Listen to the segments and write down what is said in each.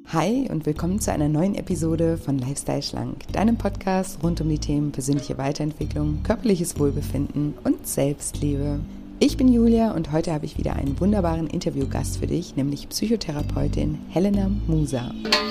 Hi und willkommen zu einer neuen Episode von Lifestyle Schlank, deinem Podcast rund um die Themen persönliche Weiterentwicklung, körperliches Wohlbefinden und Selbstliebe. Ich bin Julia und heute habe ich wieder einen wunderbaren Interviewgast für dich, nämlich Psychotherapeutin Helena Musa.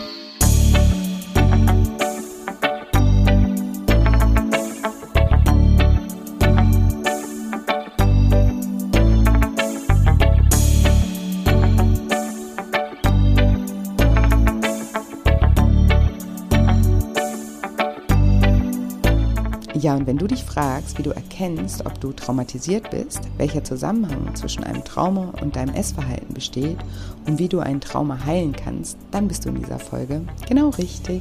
Ja, und wenn du dich fragst, wie du erkennst, ob du traumatisiert bist, welcher Zusammenhang zwischen einem Trauma und deinem Essverhalten besteht und wie du ein Trauma heilen kannst, dann bist du in dieser Folge genau richtig.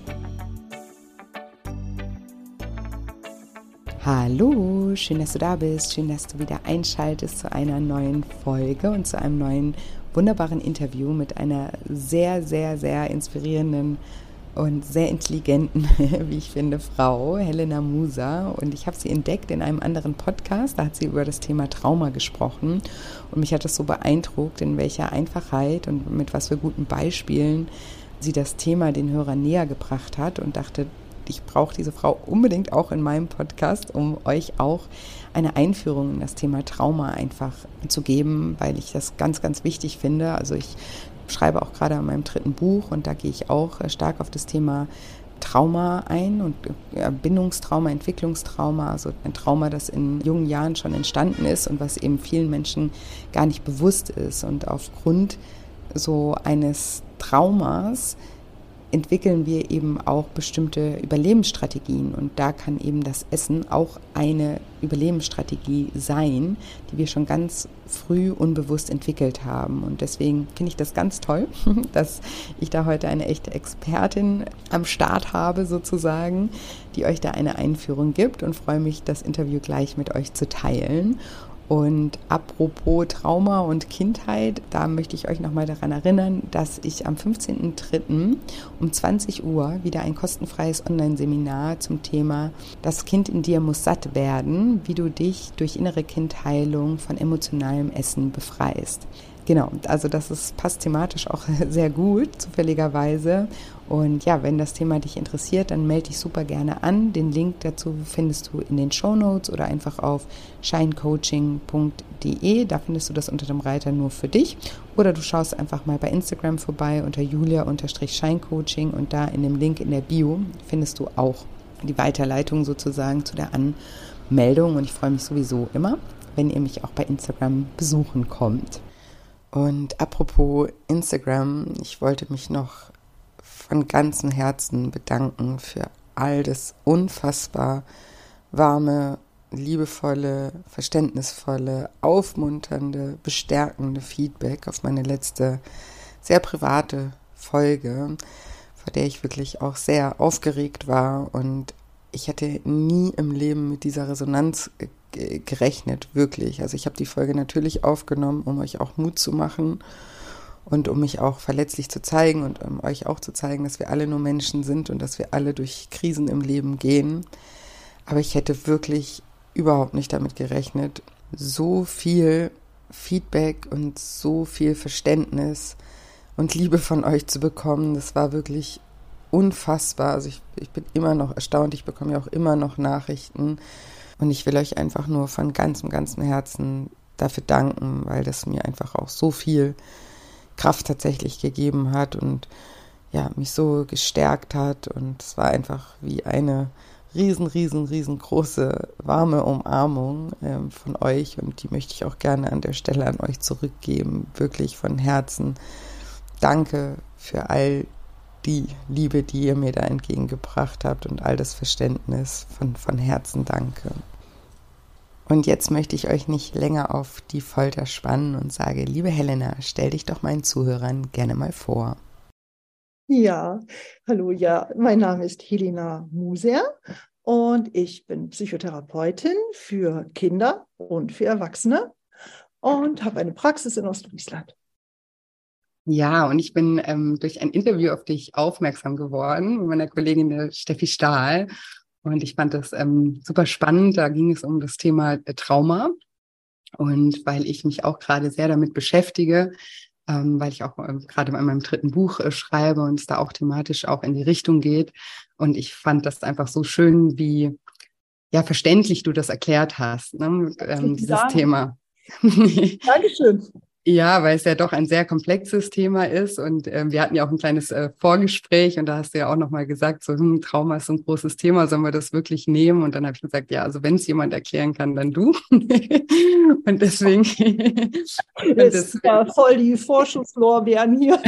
Hallo, schön, dass du da bist, schön, dass du wieder einschaltest zu einer neuen Folge und zu einem neuen wunderbaren Interview mit einer sehr, sehr, sehr inspirierenden und sehr intelligenten, wie ich finde, Frau, Helena Musa. Und ich habe sie entdeckt in einem anderen Podcast, da hat sie über das Thema Trauma gesprochen. Und mich hat das so beeindruckt, in welcher Einfachheit und mit was für guten Beispielen sie das Thema den Hörern näher gebracht hat und dachte, ich brauche diese Frau unbedingt auch in meinem Podcast, um euch auch eine Einführung in das Thema Trauma einfach zu geben, weil ich das ganz, ganz wichtig finde. Also ich schreibe auch gerade an meinem 3. Buch und da gehe ich auch stark auf das Thema Trauma ein und Bindungstrauma, Entwicklungstrauma, also ein Trauma, das in jungen Jahren schon entstanden ist und was eben vielen Menschen gar nicht bewusst ist. Und aufgrund so eines Traumas entwickeln wir eben auch bestimmte Überlebensstrategien und da kann eben das Essen auch eine Überlebensstrategie sein, die wir schon ganz früh unbewusst entwickelt haben und deswegen finde ich das ganz toll, dass ich da heute eine echte Expertin am Start habe sozusagen, die euch da eine Einführung gibt und freue mich, das Interview gleich mit euch zu teilen. Und apropos Trauma und Kindheit, da möchte ich euch nochmal daran erinnern, dass ich am 15.03. um 20 Uhr wieder ein kostenfreies Online-Seminar zum Thema Das Kind in dir muss satt werden, wie du dich durch innere Kindheilung von emotionalem Essen befreist. Genau, also passt thematisch auch sehr gut, zufälligerweise. Und ja, wenn das Thema dich interessiert, dann melde dich super gerne an. Den Link dazu findest du in den Shownotes oder einfach auf shinecoaching.de. Da findest du das unter dem Reiter nur für dich. Oder du schaust einfach mal bei Instagram vorbei unter julia_shinecoaching und da in dem Link in der Bio findest du auch die Weiterleitung sozusagen zu der Anmeldung. Und ich freue mich sowieso immer, wenn ihr mich auch bei Instagram besuchen kommt. Und apropos Instagram, ich wollte mich noch von ganzem Herzen bedanken für all das unfassbar warme, liebevolle, verständnisvolle, aufmunternde, bestärkende Feedback auf meine letzte sehr private Folge, vor der ich wirklich auch sehr aufgeregt war und ich hätte nie im Leben mit dieser Resonanz gerechnet, wirklich. Also ich habe die Folge natürlich aufgenommen, um euch auch Mut zu machen und um mich auch verletzlich zu zeigen und um euch auch zu zeigen, dass wir alle nur Menschen sind und dass wir alle durch Krisen im Leben gehen. Aber ich hätte wirklich überhaupt nicht damit gerechnet, so viel Feedback und so viel Verständnis und Liebe von euch zu bekommen. Das war wirklich unfassbar. Also ich bin immer noch erstaunt, ich bekomme ja auch immer noch Nachrichten und ich will euch einfach nur von ganzem, ganzem Herzen dafür danken, weil das mir einfach auch so viel Kraft tatsächlich gegeben hat und ja, mich so gestärkt hat und es war einfach wie eine riesengroße warme Umarmung von euch und die möchte ich auch gerne an der Stelle an euch zurückgeben, wirklich von Herzen. Danke für all die Liebe, die ihr mir da entgegengebracht habt und all das Verständnis von Herzen danke. Und jetzt möchte ich euch nicht länger auf die Folter spannen und sage, liebe Helena, stell dich doch meinen Zuhörern gerne mal vor. Ja, hallo, ja, mein Name ist Helena Musa und ich bin Psychotherapeutin für Kinder und für Erwachsene und habe eine Praxis in Ostfriesland. Ja, und ich bin durch ein Interview auf dich aufmerksam geworden mit meiner Kollegin der Steffi Stahl. Und ich fand das super spannend. Da ging es um das Thema Trauma. Und weil ich mich auch gerade sehr damit beschäftige, weil ich auch gerade an meinem dritten Buch schreibe und es da auch thematisch auch in die Richtung geht. Und ich fand das einfach so schön, wie ja verständlich du das erklärt hast, ne? Dieses Dank. Thema. Dankeschön. Ja, weil es ja doch ein sehr komplexes Thema ist und wir hatten ja auch ein kleines Vorgespräch und da hast du ja auch nochmal gesagt, so Trauma ist so ein großes Thema, sollen wir das wirklich nehmen? Und dann habe ich gesagt, ja, also wenn es jemand erklären kann, dann du. Und deswegen. Und Das ist ja voll die Vorschusslorbeeren hier.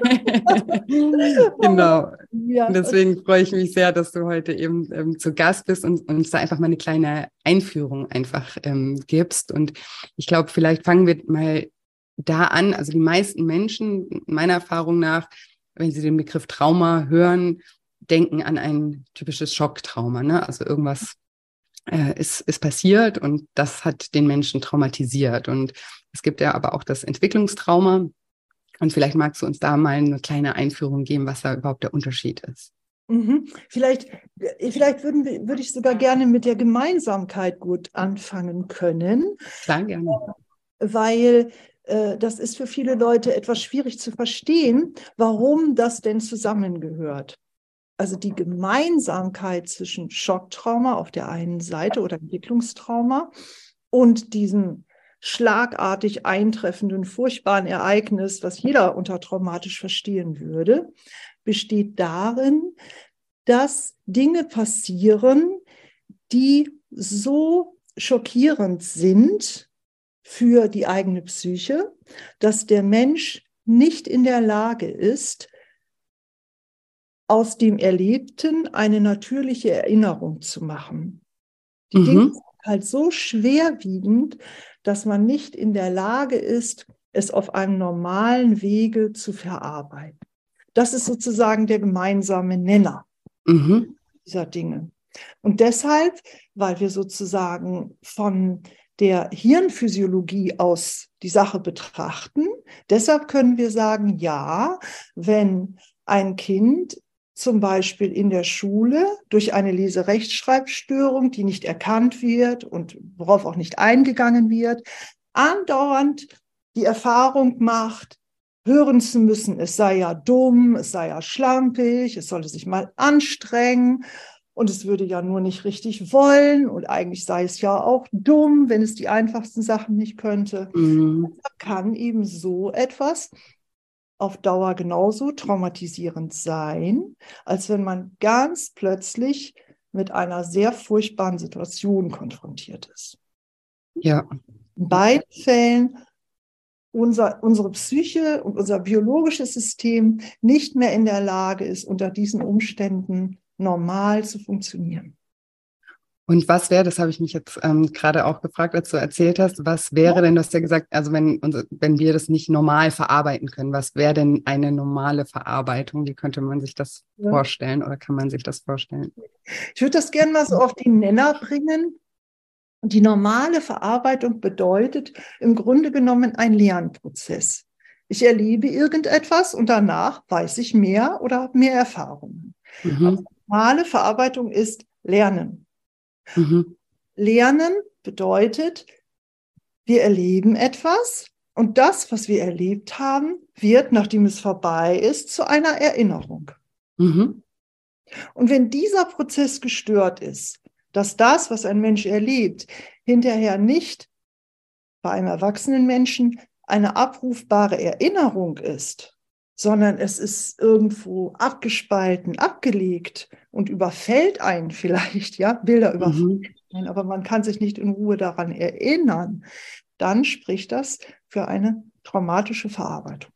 Genau. Und Ja, deswegen freue ich mich sehr, dass du heute eben zu Gast bist und uns da einfach mal eine kleine Einführung einfach gibst. Und ich glaube, vielleicht fangen wir mal da an. Also die meisten Menschen, meiner Erfahrung nach, wenn sie den Begriff Trauma hören, denken an ein typisches Schocktrauma. Ne? Also irgendwas ist passiert und das hat den Menschen traumatisiert. Und es gibt ja aber auch das Entwicklungstrauma. Und vielleicht magst du uns da mal eine kleine Einführung geben, was da überhaupt der Unterschied ist. Vielleicht würde ich sogar gerne mit der Gemeinsamkeit gut anfangen können, Klar, gerne. weil das ist für viele Leute etwas schwierig zu verstehen, warum das denn zusammengehört. Also die Gemeinsamkeit zwischen Schocktrauma auf der einen Seite oder Entwicklungstrauma und diesem schlagartig eintreffenden, furchtbaren Ereignis, was jeder unter traumatisch verstehen würde, besteht darin, dass Dinge passieren, die so schockierend sind für die eigene Psyche, dass der Mensch nicht in der Lage ist, aus dem Erlebten eine natürliche Erinnerung zu machen. Die Dinge sind halt so schwerwiegend, dass man nicht in der Lage ist, es auf einem normalen Wege zu verarbeiten. Das ist sozusagen der gemeinsame Nenner dieser Dinge. Und deshalb, weil wir sozusagen von der Hirnphysiologie aus die Sache betrachten, deshalb können wir sagen, ja, wenn ein Kind zum Beispiel in der Schule durch eine Leserechtschreibstörung, die nicht erkannt wird und worauf auch nicht eingegangen wird, andauernd die Erfahrung macht, hören zu müssen, es sei ja dumm, es sei ja schlampig, es sollte sich mal anstrengen und es würde ja nur nicht richtig wollen und eigentlich sei es ja auch dumm, wenn es die einfachsten Sachen nicht könnte. Kann eben so etwas auf Dauer genauso traumatisierend sein, als wenn man ganz plötzlich mit einer sehr furchtbaren Situation konfrontiert ist. Ja. In beiden Fällen unsere Psyche und unser biologisches System nicht mehr in der Lage ist, unter diesen Umständen normal zu funktionieren. Und was wäre, das habe ich mich jetzt gerade auch gefragt, als du erzählt hast, was wäre denn, du hast ja gesagt, also wenn wir das nicht normal verarbeiten können, was wäre denn eine normale Verarbeitung? Wie könnte man sich das vorstellen oder kann man sich das vorstellen? Ich würde das gerne mal so auf den Nenner bringen. Die normale Verarbeitung bedeutet im Grunde genommen ein Lernprozess. Ich erlebe irgendetwas und danach weiß ich mehr oder habe mehr Erfahrungen. Also normale Verarbeitung ist Lernen. Lernen bedeutet, wir erleben etwas und das, was wir erlebt haben, wird, nachdem es vorbei ist, zu einer Erinnerung. Und wenn dieser Prozess gestört ist, dass das, was ein Mensch erlebt, hinterher nicht bei einem erwachsenen Menschen eine abrufbare Erinnerung ist, sondern es ist irgendwo abgespalten, abgelegt und überfällt einen vielleicht, ja, Bilder überfällt einen, aber man kann sich nicht in Ruhe daran erinnern, dann spricht das für eine traumatische Verarbeitung.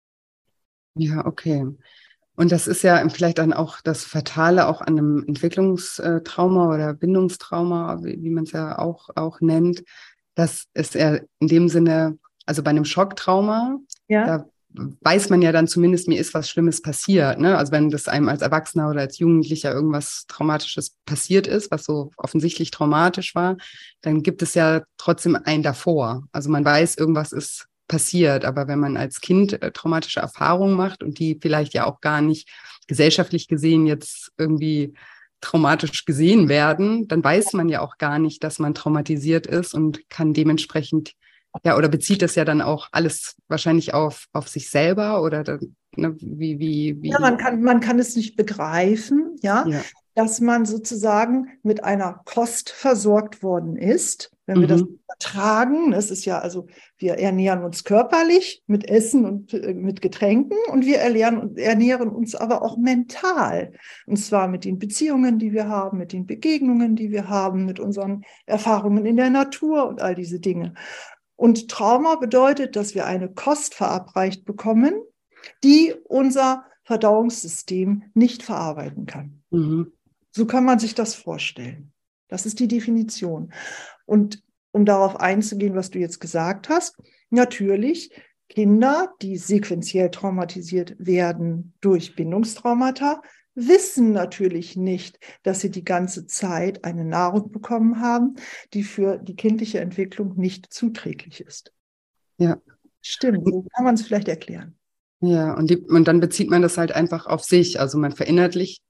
Ja, okay. Und das ist ja vielleicht dann auch das Fatale auch an einem Entwicklungstrauma oder Bindungstrauma, wie man es ja auch nennt, dass es ja in dem Sinne, also bei einem Schocktrauma, da weiß man ja dann zumindest, mir ist was Schlimmes passiert. Ne? Also wenn das einem als Erwachsener oder als Jugendlicher irgendwas Traumatisches passiert ist, was so offensichtlich traumatisch war, dann gibt es ja trotzdem ein davor. Also man weiß, irgendwas ist passiert. Aber wenn man als Kind traumatische Erfahrungen macht und die vielleicht ja auch gar nicht gesellschaftlich gesehen jetzt irgendwie traumatisch gesehen werden, dann weiß man ja auch gar nicht, dass man traumatisiert ist und kann dementsprechend Ja, oder bezieht das ja dann auch alles wahrscheinlich auf sich selber oder ne, Ja, man kann es nicht begreifen, ja, ja. dass man sozusagen mit einer Kost versorgt worden ist. Wenn wir das Mhm. übertragen, das ist ja, also wir ernähren uns körperlich mit Essen und mit Getränken und wir ernähren uns aber auch mental. Und zwar mit den Beziehungen, die wir haben, mit den Begegnungen, die wir haben, mit unseren Erfahrungen in der Natur und all diese Dinge. Und Trauma bedeutet, dass wir eine Kost verabreicht bekommen, die unser Verdauungssystem nicht verarbeiten kann. Mhm. So kann man sich das vorstellen. Das ist die Definition. Und um darauf einzugehen, was du jetzt gesagt hast, natürlich Kinder, die sequenziell traumatisiert werden durch Bindungstraumata, wissen natürlich nicht, dass sie die ganze Zeit eine Nahrung bekommen haben, die für die kindliche Entwicklung nicht zuträglich ist. Ja. Stimmt, so kann man es vielleicht erklären. Ja, und dann bezieht man das halt einfach auf sich. Also man verinnerlicht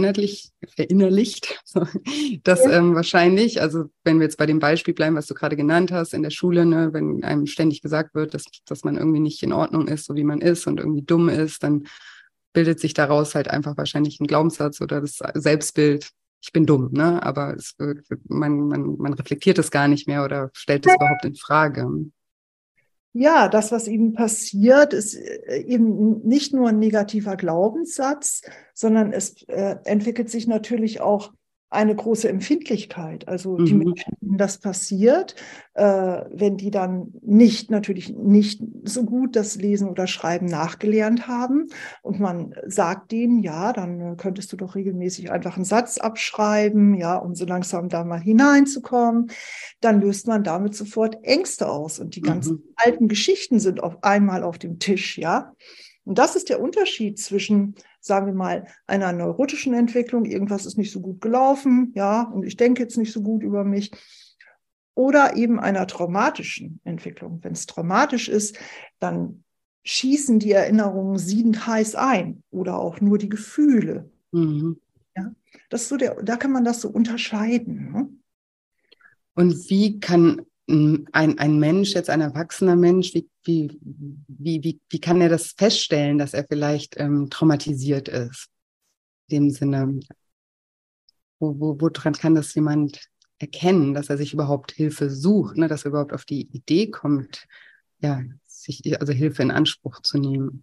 so, das Ja. wahrscheinlich. Also wenn wir jetzt bei dem Beispiel bleiben, was du gerade genannt hast, in der Schule, ne, wenn einem ständig gesagt wird, dass man irgendwie nicht in Ordnung ist, so wie man ist und irgendwie dumm ist, dann bildet sich daraus halt einfach wahrscheinlich ein Glaubenssatz oder das Selbstbild, ich bin dumm, ne? Aber man reflektiert es gar nicht mehr oder stellt es überhaupt in Frage. Ja, das, was eben passiert, ist eben nicht nur ein negativer Glaubenssatz, sondern es entwickelt sich natürlich auch eine große Empfindlichkeit. Also die Mhm. Menschen, denen das passiert, wenn die dann natürlich nicht so gut das Lesen oder Schreiben nachgelernt haben und man sagt denen, ja, dann könntest du doch regelmäßig einfach einen Satz abschreiben, ja, um so langsam da mal hineinzukommen, dann löst man damit sofort Ängste aus und die ganzen Mhm. alten Geschichten sind auf einmal auf dem Tisch, ja. Und das ist der Unterschied zwischen, sagen wir mal, einer neurotischen Entwicklung, irgendwas ist nicht so gut gelaufen, ja, und ich denke jetzt nicht so gut über mich, oder eben einer traumatischen Entwicklung. Wenn es traumatisch ist, dann schießen die Erinnerungen siedend heiß ein oder auch nur die Gefühle. Mhm. Ja, das ist so da kann man das so unterscheiden. Ne? Und wie kann ein Mensch, jetzt ein erwachsener Mensch, wie kann er das feststellen, dass er vielleicht traumatisiert ist? In dem Sinne, woran kann das jemand erkennen, dass er sich überhaupt Hilfe sucht, ne? Dass er überhaupt auf die Idee kommt, ja, also Hilfe in Anspruch zu nehmen?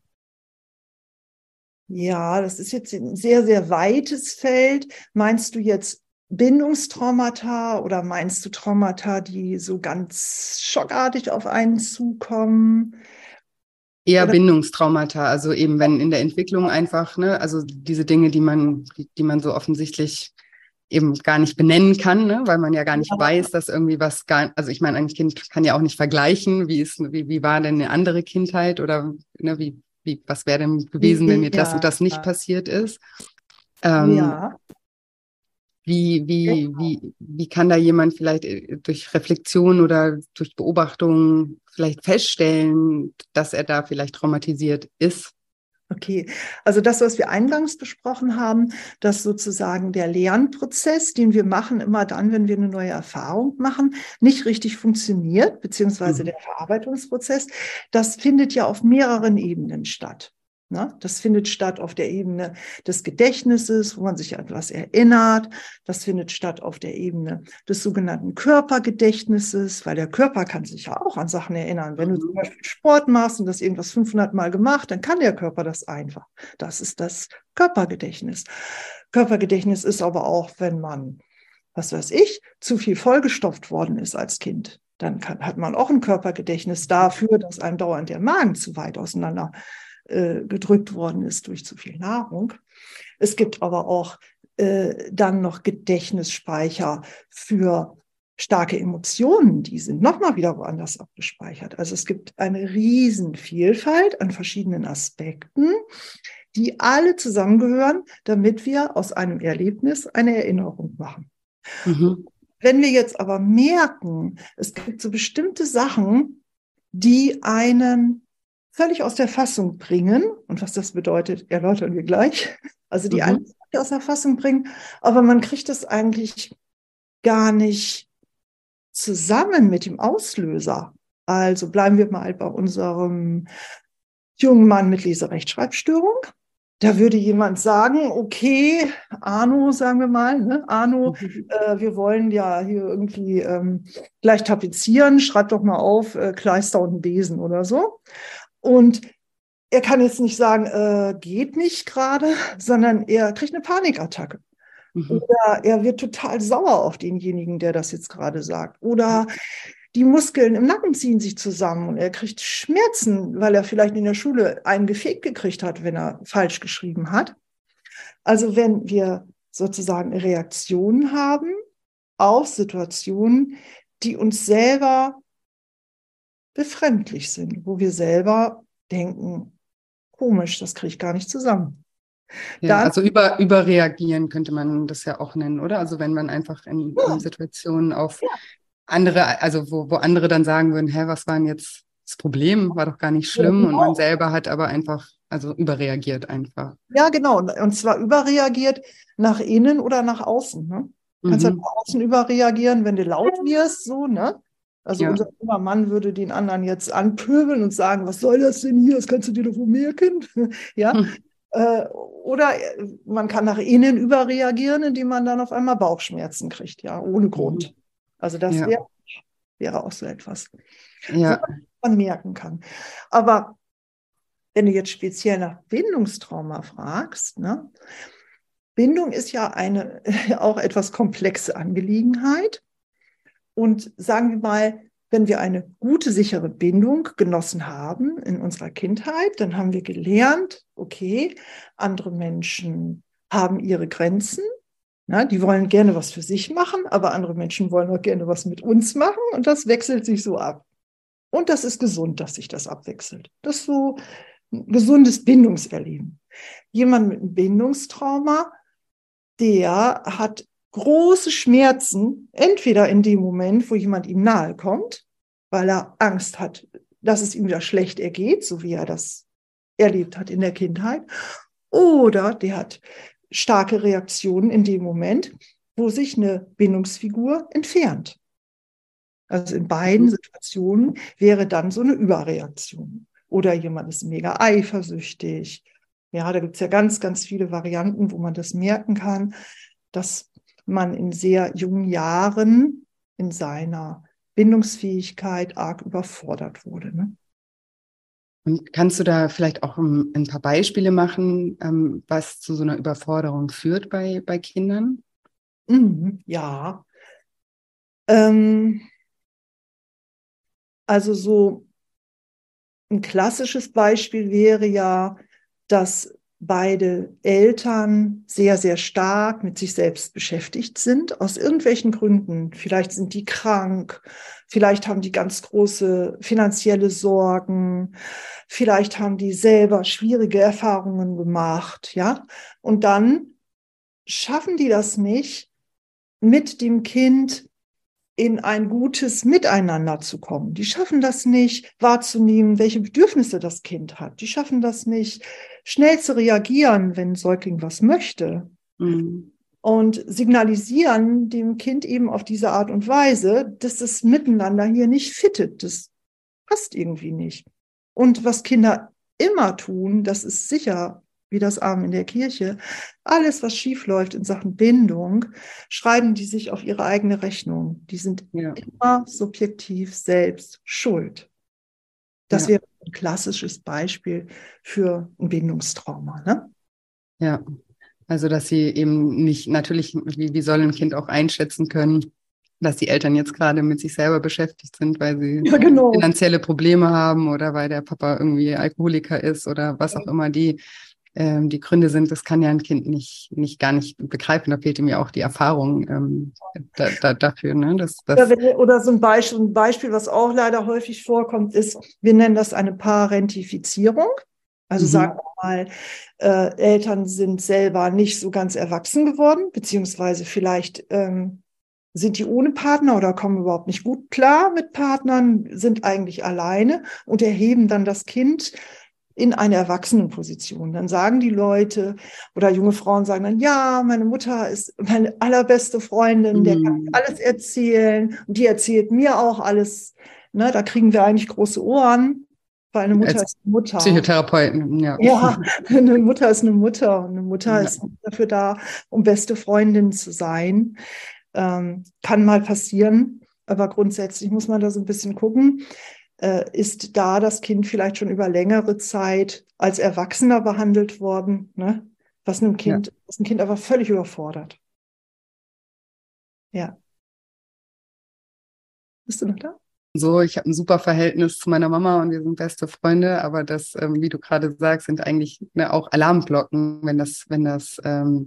Ja, das ist jetzt ein sehr, sehr weites Feld. Meinst du jetzt Bindungstraumata oder meinst du Traumata, die so ganz schockartig auf einen zukommen? Eher Oder Bindungstraumata, also eben wenn in der Entwicklung einfach, ne, also diese Dinge, die man so offensichtlich eben gar nicht benennen kann, ne, weil man ja gar nicht weiß, dass irgendwie also ich meine, ein Kind kann ja auch nicht vergleichen, wie war denn eine andere Kindheit oder ne, was wäre denn gewesen, wenn mir das und ja, das nicht passiert ist. Ähm, ja. wie kann da jemand vielleicht durch Reflexion oder durch Beobachtung vielleicht feststellen, dass er da vielleicht traumatisiert ist? Okay, also das, was wir eingangs besprochen haben, dass sozusagen der Lernprozess, den wir machen, immer dann, wenn wir eine neue Erfahrung machen, nicht richtig funktioniert, beziehungsweise Mhm. der Verarbeitungsprozess, das findet ja auf mehreren Ebenen statt. Ne? Das findet statt auf der Ebene des Gedächtnisses, wo man sich an etwas erinnert. Das findet statt auf der Ebene des sogenannten Körpergedächtnisses, weil der Körper kann sich ja auch an Sachen erinnern. Wenn du zum Mhm. Beispiel Sport machst und das irgendwas 500 Mal gemacht, dann kann der Körper das einfach. Das ist das Körpergedächtnis. Körpergedächtnis ist aber auch, wenn man, was weiß ich, zu viel vollgestopft worden ist als Kind. Dann hat man auch ein Körpergedächtnis dafür, dass einem dauernd der Magen zu weit auseinander gedrückt worden ist durch zu viel Nahrung. Es gibt aber auch dann noch Gedächtnisspeicher für starke Emotionen, die sind nochmal wieder woanders abgespeichert. Also es gibt eine Riesenvielfalt an verschiedenen Aspekten, die alle zusammengehören, damit wir aus einem Erlebnis eine Erinnerung machen. Mhm. Wenn wir jetzt aber merken, es gibt so bestimmte Sachen, die einen völlig aus der Fassung bringen. Und was das bedeutet, erläutern wir gleich. Also die einen Mhm. völlig aus der Fassung bringen, aber man kriegt das eigentlich gar nicht zusammen mit dem Auslöser. Also bleiben wir mal bei unserem jungen Mann mit Leserechtschreibstörung. Da würde jemand sagen, okay, Arno, sagen wir mal, ne? Arno, wir wollen ja hier irgendwie gleich tapezieren, schreib doch mal auf, Kleister und einen Besen oder so. Und er kann jetzt nicht sagen, geht nicht gerade, sondern er kriegt eine Panikattacke. Oder er wird total sauer auf denjenigen, der das jetzt gerade sagt. Oder die Muskeln im Nacken ziehen sich zusammen und er kriegt Schmerzen, weil er vielleicht in der Schule einen gefegt gekriegt hat, wenn er falsch geschrieben hat. Also wenn wir sozusagen Reaktionen haben auf Situationen, die uns selber befremdlich sind, wo wir selber denken, komisch, das kriege ich gar nicht zusammen. Ja, Dann, also überreagieren könnte man das ja auch nennen, oder? Also wenn man einfach in Situationen auf andere, also wo andere dann sagen würden, hä, was war denn jetzt das Problem? War doch gar nicht ja, schlimm. Und man genau. selber hat aber einfach, also überreagiert einfach. Ja, genau. Und zwar überreagiert nach innen oder nach außen. Ne? Du kannst halt Mhm. nach außen überreagieren, wenn du laut wirst, so, ne? Also Ja. unser junger Mann würde den anderen jetzt anpöbeln und sagen, was soll das denn hier? Das kannst du dir doch wohl merken. Ja. Hm. Oder man kann nach innen überreagieren, indem man dann auf einmal Bauchschmerzen kriegt, ja, ohne Grund. Mhm. Also das Ja. wäre auch so etwas, Ja. woran man merken kann. Aber wenn du jetzt speziell nach Bindungstrauma fragst, ne? Bindung ist ja eine auch etwas komplexe Angelegenheit. Und sagen wir mal, wenn wir eine gute, sichere Bindung genossen haben in unserer Kindheit, dann haben wir gelernt, okay, andere Menschen haben ihre Grenzen. Na, die wollen gerne was für sich machen, aber andere Menschen wollen auch gerne was mit uns machen und das wechselt sich so ab. Und das ist gesund, dass sich das abwechselt. Das ist so ein gesundes Bindungserleben. Jemand mit einem Bindungstrauma, der hat große Schmerzen, entweder in dem Moment, wo jemand ihm nahe kommt, weil er Angst hat, dass es ihm wieder schlecht ergeht, so wie er das erlebt hat in der Kindheit, oder der hat starke Reaktionen in dem Moment, wo sich eine Bindungsfigur entfernt. Also in beiden Situationen wäre dann so eine Überreaktion. Oder jemand ist mega eifersüchtig. Ja, da gibt es ja ganz, ganz viele Varianten, wo man das merken kann, dass man in sehr jungen Jahren in seiner Bindungsfähigkeit arg überfordert wurde. Ne? Und kannst du da vielleicht auch ein paar Beispiele machen, was zu so einer Überforderung führt bei Kindern? Ja, ähm, also so ein klassisches Beispiel wäre ja, dass beide Eltern sehr, sehr stark mit sich selbst beschäftigt sind, aus irgendwelchen Gründen. Vielleicht sind die krank, vielleicht haben die ganz große finanzielle Sorgen, vielleicht haben die selber schwierige Erfahrungen gemacht, ja. Und dann schaffen die das nicht, mit dem Kind in ein gutes Miteinander zu kommen. Die schaffen das nicht, wahrzunehmen, welche Bedürfnisse das Kind hat. Die schaffen das nicht, schnell zu reagieren, wenn ein Säugling was möchte. Mhm. Und signalisieren dem Kind eben auf diese Art und Weise, dass das Miteinander hier nicht fittet. Das passt irgendwie nicht. Und was Kinder immer tun, das ist sicher wie das Amen in der Kirche, alles, was schief läuft in Sachen Bindung, schreiben die sich auf ihre eigene Rechnung. Die sind Ja, immer subjektiv selbst schuld. Das ja, wäre ein klassisches Beispiel für ein Bindungstrauma. Ne? ja. Also, dass sie eben nicht, natürlich, wie soll ein Kind auch einschätzen können, dass die Eltern jetzt gerade mit sich selber beschäftigt sind, weil sie Ja, genau. finanzielle Probleme haben oder weil der Papa irgendwie Alkoholiker ist oder was auch immer die Gründe sind. Das kann ja ein Kind gar nicht begreifen. Da fehlt ihm ja auch die Erfahrung dafür. Ne? Oder so ein Beispiel, was auch leider häufig vorkommt, ist, wir nennen das eine Parentifizierung. Also sagen Mhm. wir mal, Eltern sind selber nicht so ganz erwachsen geworden, beziehungsweise vielleicht sind die ohne Partner oder kommen überhaupt nicht gut klar mit Partnern, sind eigentlich alleine und erheben dann das Kind in eine Erwachsenenposition. Dann sagen die Leute oder junge Frauen sagen dann, ja, meine Mutter ist meine allerbeste Freundin, der kann ich Mhm. alles erzählen und die erzählt mir auch alles. Ne? Da kriegen wir eigentlich große Ohren, weil eine Mutter Als ist eine Mutter. Psychotherapeuten, ja. Ja, eine Mutter ist eine Mutter und eine Mutter Ja. ist dafür da, um beste Freundin zu sein. Kann mal passieren, aber grundsätzlich muss man da so ein bisschen gucken. Ist da das Kind vielleicht schon über längere Zeit als Erwachsener behandelt worden, ne? Was ein Kind aber völlig überfordert. Ja. Bist du noch da? So, ich habe ein super Verhältnis zu meiner Mama und wir sind beste Freunde, aber das, wie du gerade sagst, sind eigentlich auch Alarmglocken, wenn das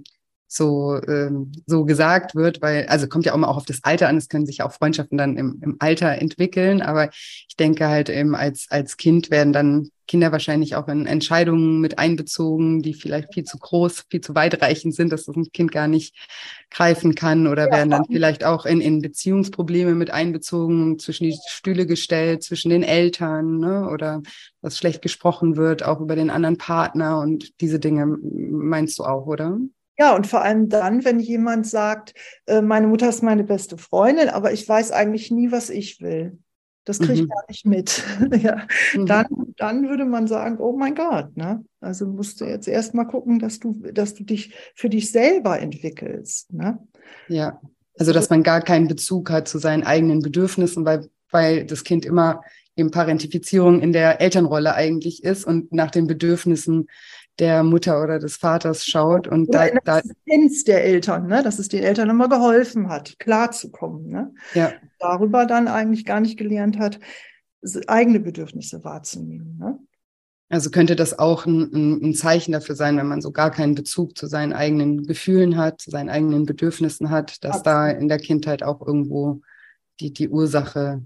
so gesagt wird, weil, also kommt ja auch mal auch auf das Alter an, es können sich auch Freundschaften dann im Alter entwickeln, aber ich denke halt eben als Kind werden dann Kinder wahrscheinlich auch in Entscheidungen mit einbezogen, die vielleicht viel zu groß, viel zu weitreichend sind, dass das ein Kind gar nicht greifen kann oder werden dann vielleicht auch in Beziehungsprobleme mit einbezogen, zwischen die Stühle gestellt, zwischen den Eltern, ne? Oder dass schlecht gesprochen wird, auch über den anderen Partner und diese Dinge meinst du auch, oder? Ja, und vor allem dann, wenn jemand sagt, meine Mutter ist meine beste Freundin, aber ich weiß eigentlich nie, was ich will. Das kriege ich gar nicht mit. Ja, dann würde man sagen, oh mein Gott, ne? Also musst du jetzt erst mal gucken, dass du dich für dich selber entwickelst. Ne? Ja, also dass man gar keinen Bezug hat zu seinen eigenen Bedürfnissen, weil das Kind immer eben Parentifizierung in der Elternrolle eigentlich ist und nach den Bedürfnissen der Mutter oder des Vaters schaut. Und Oder in der Existenz der Eltern, ne? Dass es den Eltern immer geholfen hat, klarzukommen. Ne? Ja. Darüber dann eigentlich gar nicht gelernt hat, eigene Bedürfnisse wahrzunehmen. Ne? Also könnte das auch ein Zeichen dafür sein, wenn man so gar keinen Bezug zu seinen eigenen Gefühlen hat, zu seinen eigenen Bedürfnissen hat, dass da in der Kindheit auch irgendwo die Ursache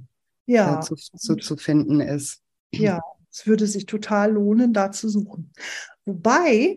zu finden ist. Ja, es würde sich total lohnen, da zu suchen. Wobei,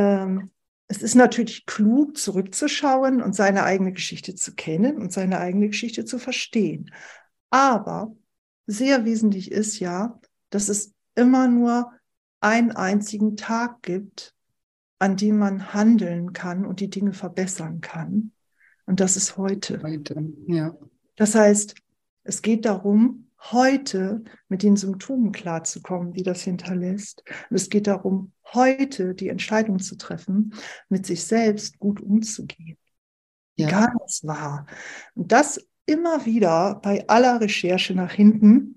es ist natürlich klug, zurückzuschauen und seine eigene Geschichte zu kennen und seine eigene Geschichte zu verstehen. Aber sehr wesentlich ist ja, dass es immer nur einen einzigen Tag gibt, an dem man handeln kann und die Dinge verbessern kann. Und das ist heute. Ja. Das heißt, es geht darum, heute mit den Symptomen klarzukommen, die das hinterlässt. Und es geht darum, heute die Entscheidung zu treffen, mit sich selbst gut umzugehen. Egal was war. Und das immer wieder bei aller Recherche nach hinten,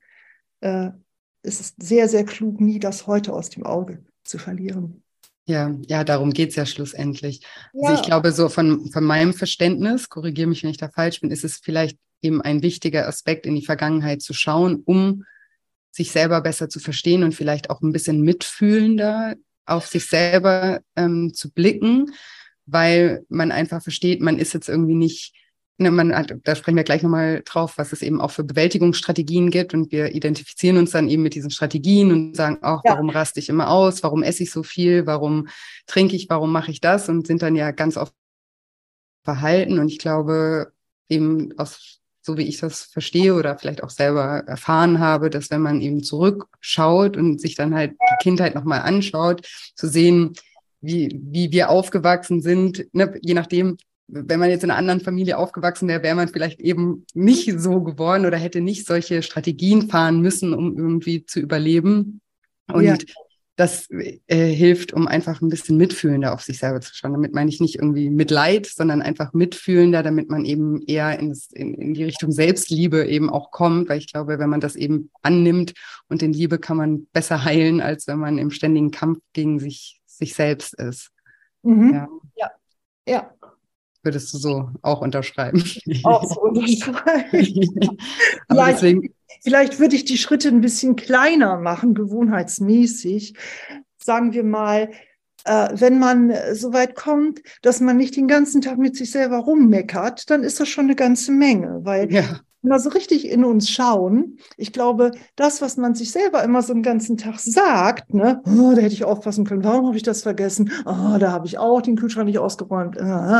ist es sehr, sehr klug, nie das Heute aus dem Auge zu verlieren. Ja, darum geht es ja schlussendlich. Ja. Also ich glaube, so von meinem Verständnis, korrigiere mich, wenn ich da falsch bin, ist es vielleicht eben ein wichtiger Aspekt, in die Vergangenheit zu schauen, um sich selber besser zu verstehen und vielleicht auch ein bisschen mitfühlender auf sich selber zu blicken, weil man einfach versteht, man ist jetzt irgendwie nicht, da sprechen wir gleich nochmal drauf, was es eben auch für Bewältigungsstrategien gibt und wir identifizieren uns dann eben mit diesen Strategien und sagen auch, warum raste ich immer aus, warum esse ich so viel, warum trinke ich, warum mache ich das und sind dann ja ganz oft verhalten und ich glaube eben so wie ich das verstehe oder vielleicht auch selber erfahren habe, dass wenn man eben zurückschaut und sich dann halt die Kindheit nochmal anschaut, zu sehen, wie wir aufgewachsen sind, ne, je nachdem, wenn man jetzt in einer anderen Familie aufgewachsen wäre, wäre man vielleicht eben nicht so geworden oder hätte nicht solche Strategien fahren müssen, um irgendwie zu überleben. Und das hilft, um einfach ein bisschen mitfühlender auf sich selber zu schauen. Damit meine ich nicht irgendwie Mitleid, sondern einfach mitfühlender, damit man eben eher in die Richtung Selbstliebe eben auch kommt. Weil ich glaube, wenn man das eben annimmt und in Liebe kann man besser heilen, als wenn man im ständigen Kampf gegen sich selbst ist. Mhm. Ja. Würdest du so auch unterschreiben? Auch so unterschreiben. Aber vielleicht würde ich die Schritte ein bisschen kleiner machen, gewohnheitsmäßig. Sagen wir mal, wenn man so weit kommt, dass man nicht den ganzen Tag mit sich selber rummeckert, dann ist das schon eine ganze Menge, weil wenn wir so richtig in uns schauen, ich glaube, das, was man sich selber immer so den ganzen Tag sagt, ne, oh, da hätte ich aufpassen können, warum habe ich das vergessen? Oh, da habe ich auch den Kühlschrank nicht ausgeräumt.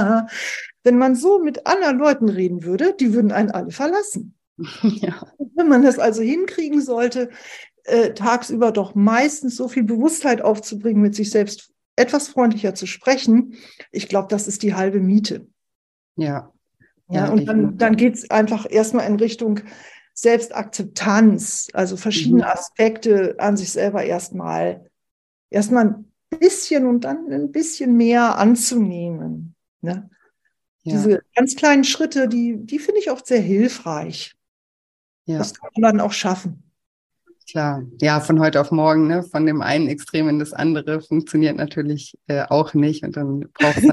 Wenn man so mit anderen Leuten reden würde, die würden einen alle verlassen. Ja. Wenn man das also hinkriegen sollte, tagsüber doch meistens so viel Bewusstheit aufzubringen, mit sich selbst etwas freundlicher zu sprechen, ich glaube, das ist die halbe Miete. Ja, und dann geht es einfach erstmal in Richtung Selbstakzeptanz, also verschiedene Aspekte an sich selber erstmal ein bisschen und dann ein bisschen mehr anzunehmen. Ne? Ja. Diese ganz kleinen Schritte, die finde ich oft sehr hilfreich. Ja. Das kann man dann auch schaffen. Klar, ja, von heute auf morgen, ne? Von dem einen Extrem in das andere funktioniert natürlich auch nicht. Und dann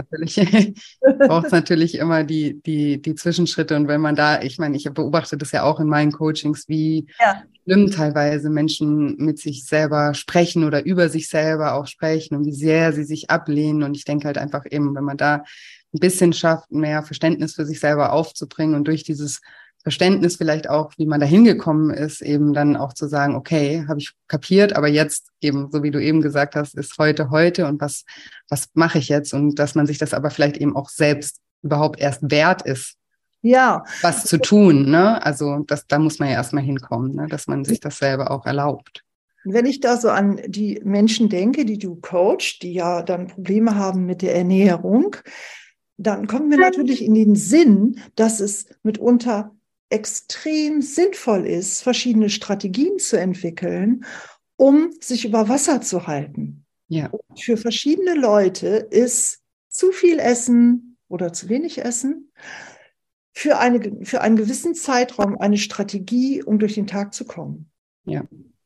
braucht es natürlich immer die Zwischenschritte. Und wenn man da, ich meine, ich beobachte das ja auch in meinen Coachings, wie schlimm teilweise Menschen mit sich selber sprechen oder über sich selber auch sprechen und wie sehr sie sich ablehnen. Und ich denke halt einfach eben, wenn man da ein bisschen schafft, mehr Verständnis für sich selber aufzubringen und durch dieses Verständnis vielleicht auch, wie man da hingekommen ist, eben dann auch zu sagen, okay, habe ich kapiert, aber jetzt eben, so wie du eben gesagt hast, ist heute und was mache ich jetzt? Und dass man sich das aber vielleicht eben auch selbst überhaupt erst wert ist, was zu tun, ne? Also da muss man ja erstmal hinkommen, ne? Dass man sich das selber auch erlaubt. Wenn ich da so an die Menschen denke, die du coachst, die ja dann Probleme haben mit der Ernährung, dann kommen wir natürlich in den Sinn, dass es mitunter extrem sinnvoll ist, verschiedene Strategien zu entwickeln, um sich über Wasser zu halten. Ja. Und für verschiedene Leute ist zu viel Essen oder zu wenig Essen für einen gewissen Zeitraum eine Strategie, um durch den Tag zu kommen. Ja.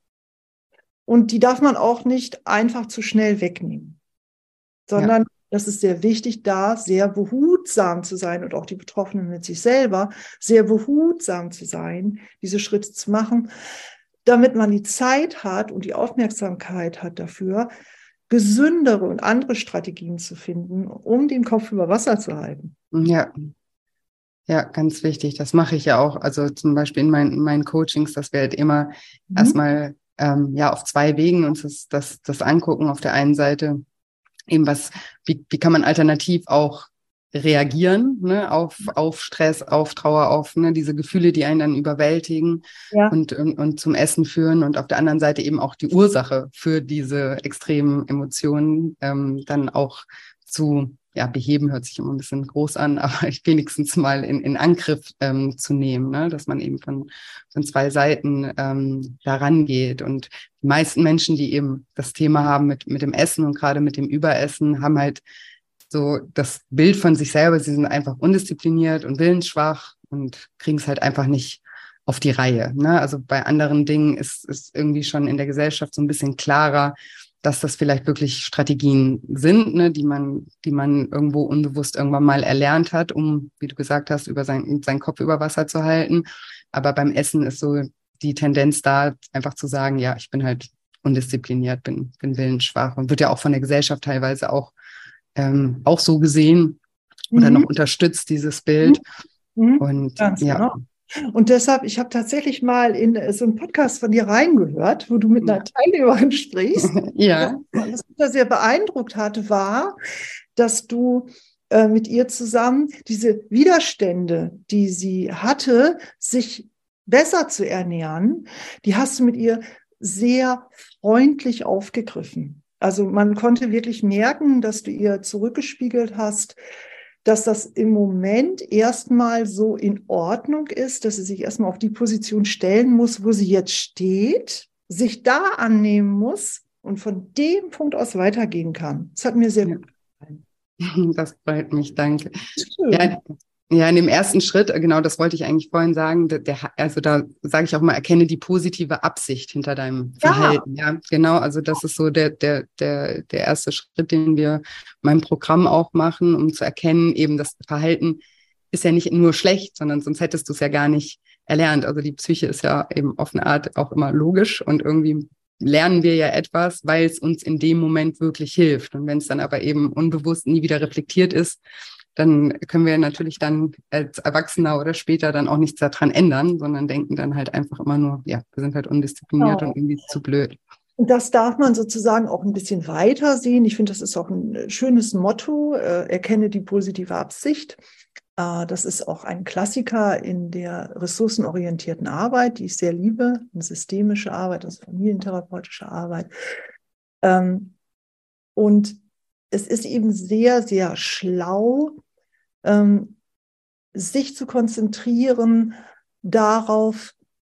Und die darf man auch nicht einfach zu schnell wegnehmen, sondern das ist sehr wichtig, da sehr behutsam zu sein und auch die Betroffenen mit sich selber sehr behutsam zu sein, diese Schritte zu machen, damit man die Zeit hat und die Aufmerksamkeit hat dafür, gesündere und andere Strategien zu finden, um den Kopf über Wasser zu halten. Ja. Ja, ganz wichtig. Das mache ich ja auch. Also zum Beispiel in meinen Coachings, dass wir halt immer erstmal auf zwei Wegen uns das angucken. Auf der einen Seite eben wie kann man alternativ auch reagieren, ne, auf Stress, auf Trauer, auf diese Gefühle, die einen dann überwältigen und zum Essen führen. Und auf der anderen Seite eben auch die Ursache für diese extremen Emotionen dann auch zu beheben hört sich immer ein bisschen groß an, aber wenigstens mal in Angriff zu nehmen, ne? Dass man eben von zwei Seiten da rangeht. Und die meisten Menschen, die eben das Thema haben mit dem Essen und gerade mit dem Überessen, haben halt so das Bild von sich selber, sie sind einfach undiszipliniert und willensschwach und kriegen es halt einfach nicht auf die Reihe, ne? Also bei anderen Dingen ist irgendwie schon in der Gesellschaft so ein bisschen klarer, dass das vielleicht wirklich Strategien sind, ne, die man irgendwo unbewusst irgendwann mal erlernt hat, um, wie du gesagt hast, über seinen Kopf über Wasser zu halten. Aber beim Essen ist so die Tendenz da, einfach zu sagen, ja, ich bin halt undiszipliniert, bin willensschwach und wird ja auch von der Gesellschaft teilweise auch so gesehen oder noch unterstützt, dieses Bild. Und ganz genau. Und deshalb, ich habe tatsächlich mal in so einen Podcast von dir reingehört, wo du mit einer Teilnehmerin sprichst. Ja. Was mich da sehr beeindruckt hatte, war, dass du mit ihr zusammen diese Widerstände, die sie hatte, sich besser zu ernähren, die hast du mit ihr sehr freundlich aufgegriffen. Also man konnte wirklich merken, dass du ihr zurückgespiegelt hast, dass das im Moment erstmal so in Ordnung ist, dass sie sich erstmal auf die Position stellen muss, wo sie jetzt steht, sich da annehmen muss und von dem Punkt aus weitergehen kann. Das hat mir sehr gut gefallen. Das freut mich, danke. Ja, in dem ersten Schritt, genau, das wollte ich eigentlich vorhin sagen, also da sage ich auch mal, erkenne die positive Absicht hinter deinem Verhalten. Ja, genau, also das ist so der erste Schritt, den wir in meinem Programm auch machen, um zu erkennen, eben das Verhalten ist ja nicht nur schlecht, sondern sonst hättest du es ja gar nicht erlernt. Also die Psyche ist ja eben auf eine Art auch immer logisch und irgendwie lernen wir ja etwas, weil es uns in dem Moment wirklich hilft. Und wenn es dann aber eben unbewusst nie wieder reflektiert ist, dann können wir natürlich dann als Erwachsener oder später dann auch nichts daran ändern, sondern denken dann halt einfach immer nur, ja, wir sind halt undiszipliniert und irgendwie zu blöd. Und das darf man sozusagen auch ein bisschen weiter sehen. Ich finde, das ist auch ein schönes Motto, erkenne die positive Absicht. Das ist auch ein Klassiker in der ressourcenorientierten Arbeit, die ich sehr liebe, eine systemische Arbeit, also familientherapeutische Arbeit. Und es ist eben sehr, sehr schlau, sich zu konzentrieren darauf,